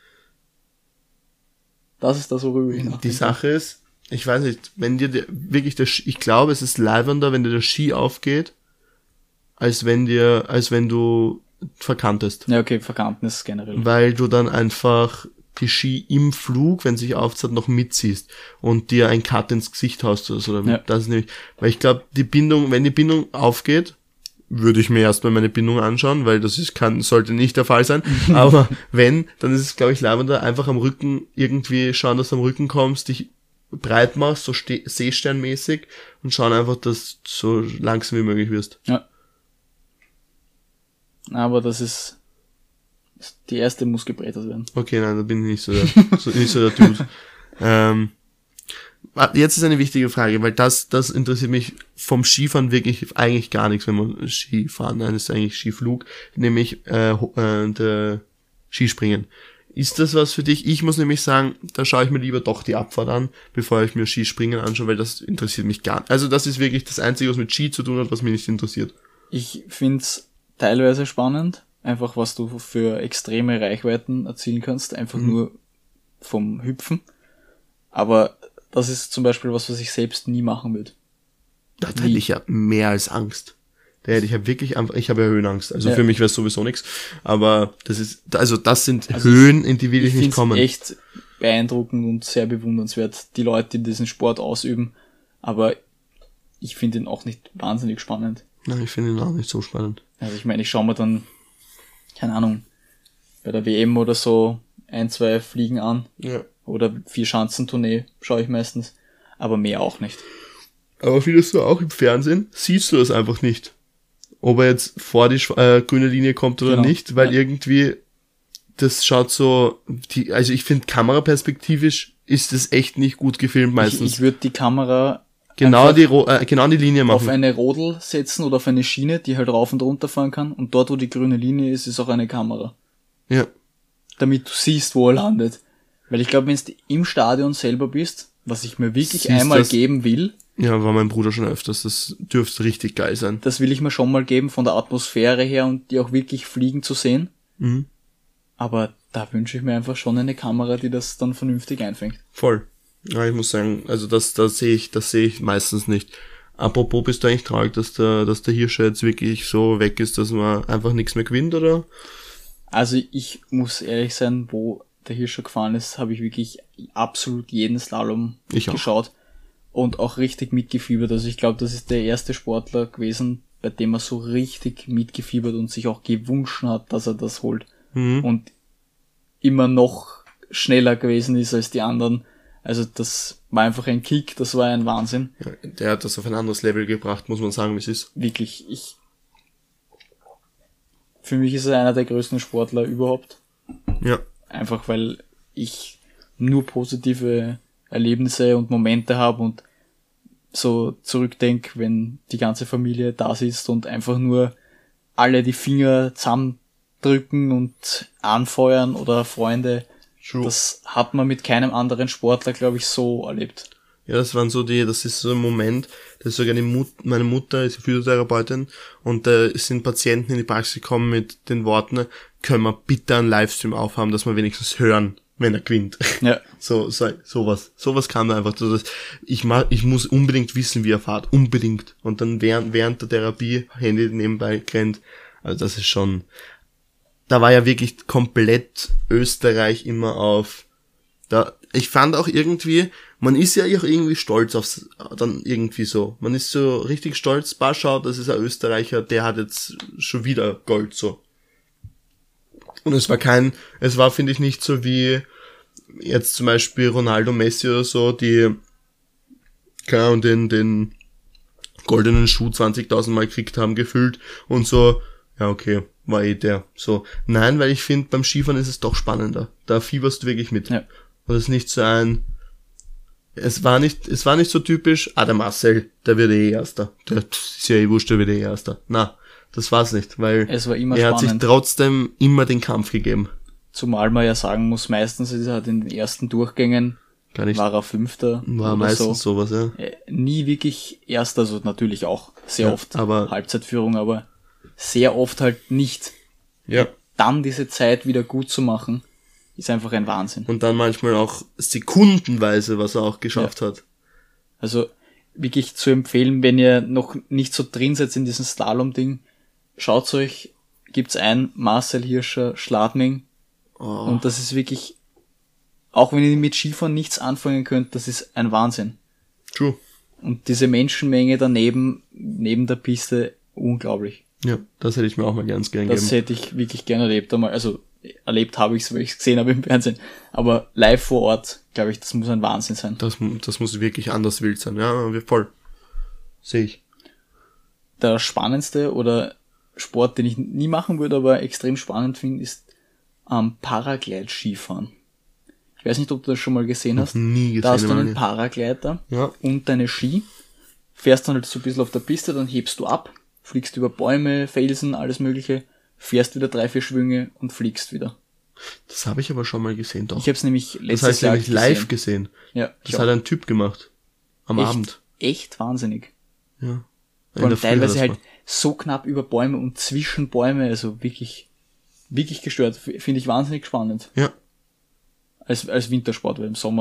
Das ist das, worüber ich nachdenke. Die Sache ist, ich weiß nicht, wenn dir wirklich ich glaube, es ist leibender, wenn dir der Ski aufgeht, als wenn du verkantest. Ja, okay, verkanten ist generell. Weil du dann einfach die Ski im Flug, wenn sich aufzieht, noch mitziehst und dir ein Cut ins Gesicht haust oder so. Ja. Das ist nämlich, weil ich glaube, wenn die Bindung aufgeht, würde ich mir erstmal meine Bindung anschauen, weil das sollte nicht der Fall sein. Aber wenn, dann ist es, glaube ich, leibender, einfach am Rücken irgendwie schauen, dass du am Rücken kommst, dich breit machst, so Seesternmäßig und schauen einfach, dass du so langsam wie möglich wirst. Ja. Aber die erste muss gebrettert werden. Okay, nein, da bin ich nicht so der Dude. Jetzt ist eine wichtige Frage, weil das interessiert mich vom Skifahren wirklich eigentlich gar nichts, wenn man Skifahren, nein, das ist eigentlich Skiflug, nämlich der Skispringen. Ist das was für dich? Ich muss nämlich sagen, da schaue ich mir lieber doch die Abfahrt an, bevor ich mir Skispringen anschaue, weil das interessiert mich gar nicht. Also das ist wirklich das Einzige, was mit Ski zu tun hat, was mich nicht interessiert. Ich find's teilweise spannend, einfach was du für extreme Reichweiten erzielen kannst, einfach nur vom Hüpfen. Aber das ist zum Beispiel was ich selbst nie machen würde. Da hätte ich ja mehr als Angst. Da hätte ich ja wirklich einfach, ich habe ja Höhenangst. Also für mich wäre es sowieso nichts. Aber das sind Höhen, in die will ich nicht kommen. Ich finde es echt beeindruckend und sehr bewundernswert, die Leute, die diesen Sport ausüben. Aber ich finde ihn auch nicht wahnsinnig spannend. Nein, ich finde ihn auch nicht so spannend. Also ich meine, ich schaue mir dann, keine Ahnung, bei der WM oder so 1, 2 Fliegen an. Ja. Oder 4-Schanzentournee schaue ich meistens. Aber mehr auch nicht. Aber findest du auch im Fernsehen, siehst du das einfach nicht. Ob er jetzt vor die grüne Linie kommt oder nicht, weil irgendwie das schaut so, also ich finde kameraperspektivisch ist das echt nicht gut gefilmt meistens. Ich würde die Kamera genau die Linie machen. Auf eine Rodel setzen oder auf eine Schiene, die halt rauf und runter fahren kann. Und dort, wo die grüne Linie ist, ist auch eine Kamera. Ja. Damit du siehst, wo er landet. Weil ich glaube, wenn du im Stadion selber bist, was ich mir wirklich Siehst einmal das? geben will. Ja, war mein Bruder schon öfters. Das dürfte richtig geil sein. Das will ich mir schon mal geben, von der Atmosphäre her und die auch wirklich fliegen zu sehen. Mhm. Aber da wünsche ich mir einfach schon eine Kamera, die das dann vernünftig einfängt. Voll. Ja, ich muss sagen, also das sehe ich meistens nicht. Apropos, bist du eigentlich traurig, dass der Hirscher jetzt wirklich so weg ist, dass man einfach nichts mehr gewinnt, oder? Also ich muss ehrlich sein, wo der Hirscher gefahren ist, habe ich wirklich absolut jeden Slalom geschaut und auch richtig mitgefiebert. Also ich glaube, das ist der erste Sportler gewesen, bei dem er so richtig mitgefiebert und sich auch gewünscht hat, dass er das holt. Mhm. Und immer noch schneller gewesen ist als die anderen. Also das war einfach ein Kick, das war ein Wahnsinn. Ja, der hat das auf ein anderes Level gebracht, muss man sagen, wie es ist. Wirklich, für mich ist er einer der größten Sportler überhaupt. Ja. Einfach weil ich nur positive Erlebnisse und Momente habe und so zurückdenke, wenn die ganze Familie da sitzt und einfach nur alle die Finger zusammendrücken und anfeuern oder Freunde. True. Das hat man mit keinem anderen Sportler, glaube ich, so erlebt. Ja, das ist so ein Moment, das ist sogar meine Mutter ist Physiotherapeutin und da sind Patienten in die Praxis gekommen mit den Worten, können wir bitte einen Livestream aufhaben, dass wir wenigstens hören, wenn er gewinnt. Ja. Sowas kam da einfach. Ich muss unbedingt wissen, wie er fährt. Unbedingt. Und dann während der Therapie Handy nebenbei rennt. Also das ist schon, da war ja wirklich komplett Österreich immer auf, ich fand auch irgendwie, man ist ja auch irgendwie stolz aufs, dann irgendwie so. Man ist so richtig stolz, schaut, das ist ein Österreicher, der hat jetzt schon wieder Gold, so. Und es war, finde ich, nicht so wie jetzt zum Beispiel Ronaldo, Messi oder so, die, keine Ahnung, den goldenen Schuh 20.000 Mal gekriegt haben, gefühlt, und so, ja, okay, war der, so. Nein, weil ich finde, beim Skifahren ist es doch spannender. Da fieberst du wirklich mit. Ja. Und es ist nicht so es war nicht so typisch, der Marcel, der wird Erster. Der ist ja wurscht, der wird Erster. Na, das war's nicht, weil es war immer er spannend. hat sich trotzdem immer den Kampf gegeben. Zumal man ja sagen muss, meistens ist er halt in den ersten Durchgängen war er Fünfter. War meistens so. Sowas, ja. Nie wirklich Erster, also natürlich auch sehr oft aber Halbzeitführung, aber sehr oft halt nicht. Ja. Dann diese Zeit wieder gut zu machen, ist einfach ein Wahnsinn. Und dann manchmal auch sekundenweise, was er auch geschafft hat. Also wirklich zu empfehlen, wenn ihr noch nicht so drin seid in diesem Slalom-Ding, schaut's euch, gibt's ein Marcel Hirscher Schladming. Und das ist wirklich, auch wenn ihr mit Skifahren nichts anfangen könnt, das ist ein Wahnsinn. True. Und diese Menschenmenge daneben, neben der Piste, unglaublich. Ja, das hätte ich mir auch mal gern gegeben. Das hätte ich wirklich gerne erlebt einmal. Also erlebt habe ich es, weil ich es gesehen habe im Fernsehen. Aber live vor Ort, glaube ich, das muss ein Wahnsinn sein. Das muss wirklich anders wild sein. Ja, voll. Sehe ich. Der spannendste oder Sport, den ich nie machen würde, aber extrem spannend finde, ist Paraglide-Skifahren. Ich weiß nicht, ob du das schon mal gesehen hast. Nie gesehen. Da hast du einen Paragleiter und deine Ski, fährst dann halt so ein bisschen auf der Piste, dann hebst du ab, fliegst über Bäume, Felsen, alles mögliche, fährst wieder 3-4 Schwünge und fliegst wieder. Das habe ich aber schon mal gesehen, doch. Ich habe es nämlich letztes Jahr live gesehen. Ja, das hat ein Typ gemacht. Am Abend. Echt wahnsinnig. Ja. Und teilweise halt so knapp über Bäume und zwischen Bäume, also wirklich gestört. Finde ich wahnsinnig spannend. Ja. Als Wintersport, weil im Sommer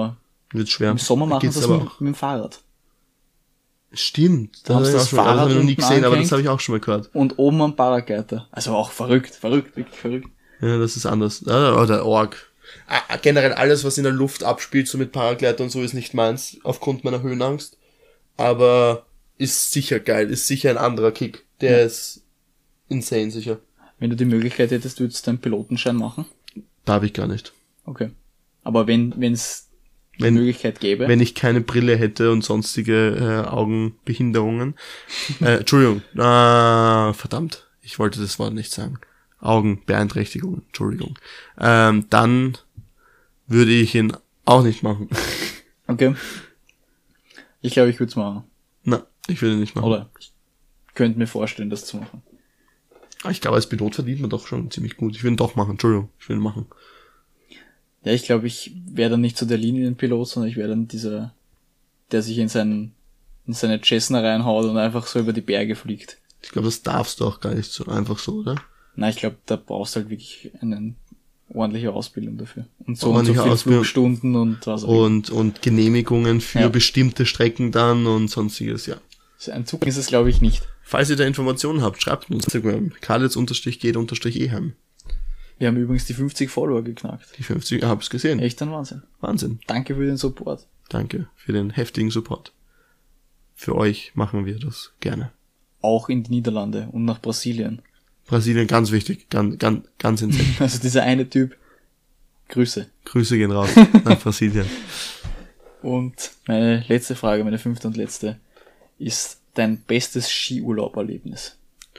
Wird schwer. Im Sommer machen Geht's sie das aber mit dem Fahrrad. Stimmt. Da haben sie das Das habe Fahrrad ich noch nie unten gesehen, aber das angehängt. habe ich auch schon mal gehört. Und oben am Paragleiter. Also auch verrückt, wirklich verrückt. Ja, das ist anders. Oder Org. Generell alles, was in der Luft abspielt, so mit Paragleiter und so, ist nicht meins, aufgrund meiner Höhenangst. Aber ist sicher geil, ist sicher ein anderer Kick. Der ist insane sicher. Wenn du die Möglichkeit hättest, würdest du einen Pilotenschein machen? Darf ich gar nicht. Okay. Aber wenn es die Möglichkeit gäbe. Wenn ich keine Brille hätte und sonstige Augenbehinderungen. Entschuldigung. Verdammt. Ich wollte das Wort nicht sagen. Augenbeeinträchtigungen. Entschuldigung. Dann würde ich ihn auch nicht machen. Okay. Ich glaube, ich würde es machen. Na, ich würde ihn nicht machen. Oder ich könnte mir vorstellen, das zu machen. Ich glaube, als Pilot verdient man doch schon ziemlich gut. Ich will ihn doch machen. Entschuldigung. Ich will ihn machen. Ja, ich glaube, ich wäre dann nicht so der Linienpilot, sondern ich wäre dann dieser, der sich in seine Cessna reinhaut und einfach so über die Berge fliegt. Ich glaube, das darfst du auch gar nicht so einfach so, oder? Nein, ich glaube, da brauchst du halt wirklich eine ordentliche Ausbildung dafür. Und so Ordentliche viele Ausbildung. Flugstunden und was auch immer. Und Genehmigungen für Ja. bestimmte Strecken dann und sonstiges, ja. So ein Zug ist es, glaube ich, nicht. Falls ihr da Informationen habt, schreibt uns Instagram. Karlitz_geht_ehem. Wir haben übrigens die 50 Follower geknackt. Die 50, hab's gesehen. Echt ein Wahnsinn. Wahnsinn. Danke für den Support. Danke für den heftigen Support. Für euch machen wir das gerne. Auch in die Niederlande und nach Brasilien. Brasilien, ganz wichtig. Ganz insane. Also dieser eine Typ. Grüße. Grüße gehen raus nach Brasilien. Und meine letzte Frage, meine 5. und letzte, ist dein bestes Skiurlauberlebnis?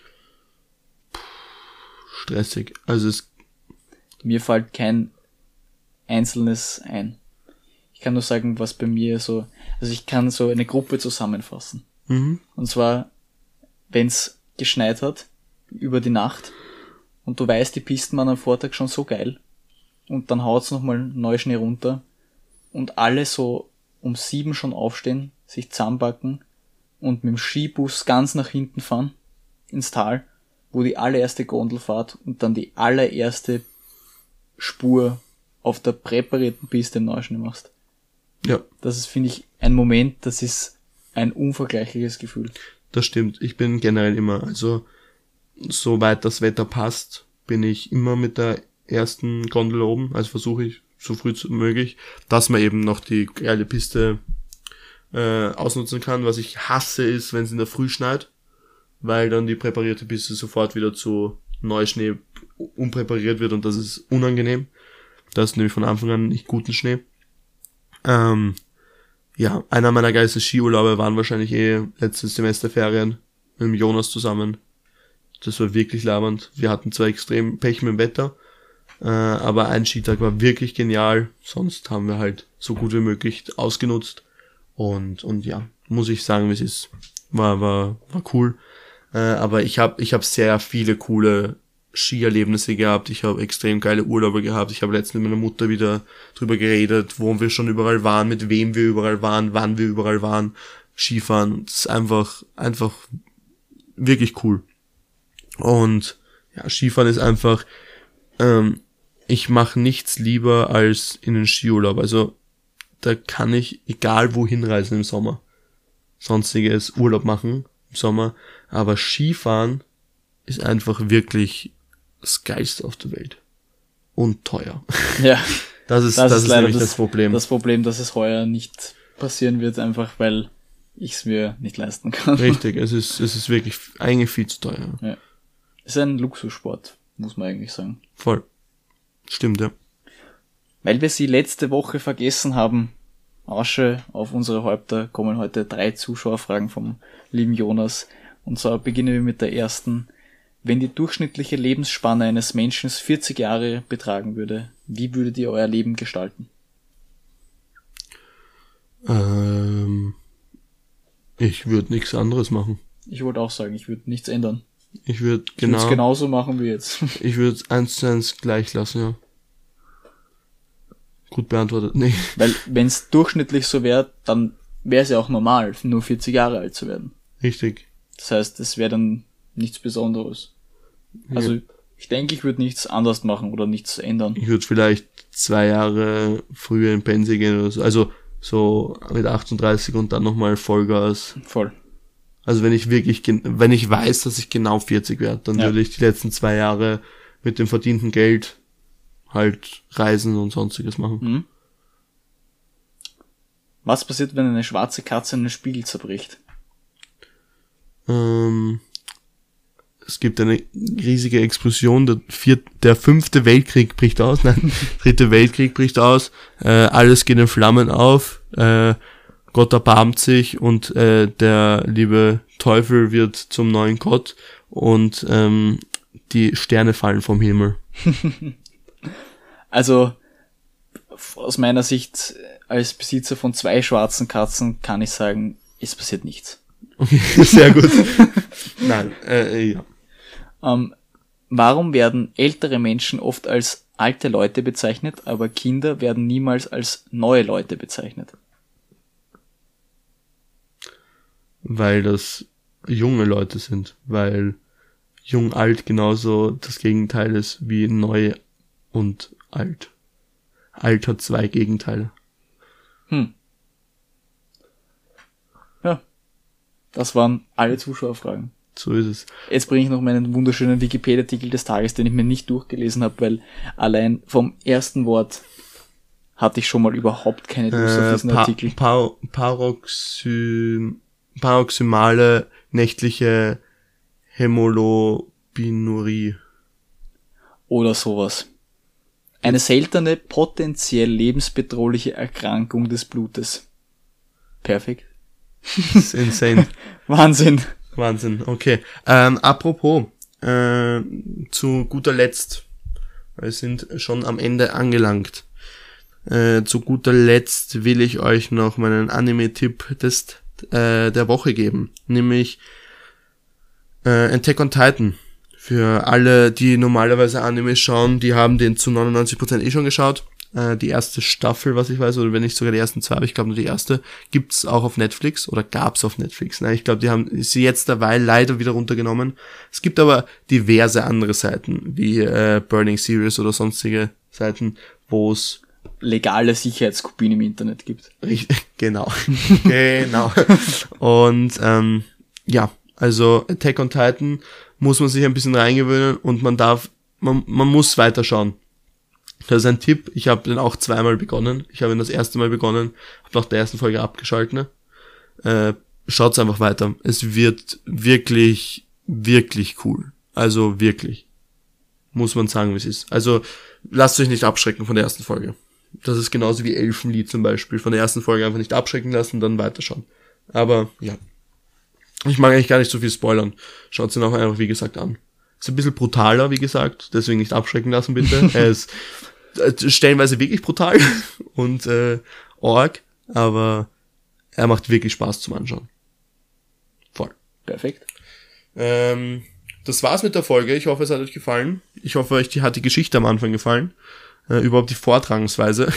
Stressig. Also Mir fällt kein einzelnes ein. Ich kann nur sagen, was bei mir so, also ich kann so eine Gruppe zusammenfassen. Und zwar, wenn's geschneit hat, über die Nacht, und du weißt, die Pisten waren am Vortag schon so geil, und dann haut's nochmal Neuschnee runter, und alle so um 7 schon aufstehen, sich zusammenbacken, und mit dem Skibus ganz nach hinten fahren, ins Tal, wo die allererste Gondel fährt, und dann die allererste Spur auf der präparierten Piste im Neuschnee machst. ja, Das ist, finde ich, ein Moment, das ist ein unvergleichliches Gefühl. das stimmt. Ich bin generell immer, also soweit das Wetter passt, bin ich immer mit der ersten Gondel oben. Also versuche ich so früh wie möglich, dass man eben noch die geile Piste ausnutzen kann. Was ich hasse ist, wenn es in der Früh schneit, weil dann die präparierte Piste sofort wieder zu Neuschnee unpräpariert wird und das ist unangenehm. Das ist nämlich von Anfang an nicht guten Schnee. Ja, einer meiner geilsten Skiurlaube waren wahrscheinlich letztes Semester Ferien mit dem Jonas zusammen. Das war wirklich labernd. Wir hatten zwar extrem Pech mit dem Wetter, aber ein Skitag war wirklich genial. Sonst haben wir halt so gut wie möglich ausgenutzt. Und ja, muss ich sagen, wie es ist. War cool. Aber ich hab sehr viele coole Skierlebnisse gehabt. Ich habe extrem geile Urlaube gehabt. Ich habe letztens mit meiner Mutter wieder drüber geredet, wo wir schon überall waren, mit wem wir überall waren, wann wir überall waren. Skifahren. Das ist einfach wirklich cool. Und ja, Skifahren ist einfach, ich mache nichts lieber als in den Skiurlaub. Also da kann ich egal wohin reisen im Sommer. Sonstiges Urlaub machen im Sommer. Aber Skifahren ist einfach wirklich das Geilste auf der Welt. Und teuer. Ja. Das ist leider nämlich das Problem. Das Problem, dass es heuer nicht passieren wird, einfach weil ich es mir nicht leisten kann. Richtig, es ist wirklich eigentlich viel zu teuer. Ja. Ist ein Luxussport, muss man eigentlich sagen. Voll. Stimmt, ja. Weil wir sie letzte Woche vergessen haben, Asche auf unsere Häupter, kommen heute 3 Zuschauerfragen vom lieben Jonas. Und zwar beginnen wir mit der ersten. Wenn die durchschnittliche Lebensspanne eines Menschen 40 Jahre betragen würde, wie würdet ihr euer Leben gestalten? Ich würde nichts anderes machen. Ich wollte auch sagen, ich würde nichts ändern. Ich würde Ich würde es genauso machen wie jetzt. Ich würde es 1:1 gleich lassen, ja. Gut beantwortet. Nee. Weil wenn es durchschnittlich so wäre, dann wäre es ja auch normal, nur 40 Jahre alt zu werden. Richtig. Das heißt, es wäre dann nichts Besonderes. Also Ja. ich denke, ich würde nichts anders machen oder nichts ändern. Ich würde vielleicht 2 Jahre früher in Pension gehen oder so. Also so mit 38 und dann nochmal Vollgas. Voll. Also wenn ich weiß, dass ich genau 40 werde, dann würde ich die letzten 2 Jahre mit dem verdienten Geld halt reisen und sonstiges machen. Mhm. Was passiert, wenn eine schwarze Katze einen Spiegel zerbricht? Es gibt eine riesige Explosion, der 5. Weltkrieg bricht aus, nein, 3. Weltkrieg bricht aus, alles geht in Flammen auf, Gott erbarmt sich und der liebe Teufel wird zum neuen Gott und die Sterne fallen vom Himmel. Also aus meiner Sicht als Besitzer von 2 schwarzen Katzen kann ich sagen, es passiert nichts. Okay, sehr gut. Nein, ja. Warum werden ältere Menschen oft als alte Leute bezeichnet, aber Kinder werden niemals als neue Leute bezeichnet? Weil das junge Leute sind, weil jung-alt genauso das Gegenteil ist wie neu und alt. Alt hat 2 Gegenteile. Ja, das waren alle Zuschauerfragen. So ist es. Jetzt bringe ich noch meinen wunderschönen Wikipedia-Artikel des Tages, den ich mir nicht durchgelesen habe, weil allein vom ersten Wort hatte ich schon mal überhaupt keine Lust auf diesen Artikel. Paroxymale nächtliche Hämoglobinurie. Oder sowas. Eine seltene, potenziell lebensbedrohliche Erkrankung des Blutes. Perfekt. Das ist insane. Wahnsinn. Okay. Apropos, zu guter Letzt, wir sind schon am Ende angelangt. Zu guter Letzt will ich euch noch meinen Anime-Tipp der Woche geben, nämlich Attack on Titan. Für alle, die normalerweise Anime schauen, die haben den zu 99% eh schon geschaut. Die erste Staffel, was ich weiß, oder wenn nicht sogar die ersten 2, aber ich glaube nur die erste, gibt's auch auf Netflix oder gab's auf Netflix. Ich glaube, die haben sie jetzt derweil leider wieder runtergenommen. Es gibt aber diverse andere Seiten, wie Burning Series oder sonstige Seiten, wo es legale Sicherheitskopien im Internet gibt. Richtig, genau. Genau. Und ja, also Attack on Titan muss man sich ein bisschen reingewöhnen und man muss weiterschauen. Das ist ein Tipp, ich habe den auch 2-mal begonnen. Ich habe ihn das erste Mal begonnen, habe nach der ersten Folge abgeschalten. Schaut's einfach weiter. Es wird wirklich, wirklich cool. Also wirklich. Muss man sagen, wie es ist. Also lasst euch nicht abschrecken von der ersten Folge. Das ist genauso wie Elfenlied zum Beispiel. Von der ersten Folge einfach nicht abschrecken lassen, dann weiterschauen. Aber ja. Ich mag eigentlich gar nicht so viel spoilern. Schaut's ihn auch einfach, wie gesagt, an. Ist ein bisschen brutaler, wie gesagt. Deswegen nicht abschrecken lassen, bitte. Er ist stellenweise wirklich brutal und arg. Aber er macht wirklich Spaß zum Anschauen. Voll. Perfekt. Das war's mit der Folge. Ich hoffe, es hat euch gefallen. Ich hoffe, euch hat die Geschichte am Anfang gefallen. Überhaupt die Vortragensweise.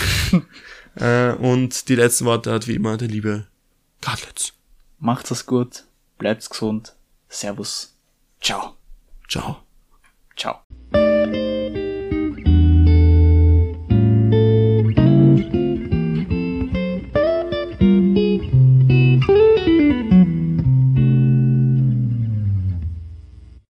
Und die letzten Worte hat wie immer der liebe Cartlitz. Macht's es gut. Bleibt's gesund. Servus. Ciao. Ciao. Ciao.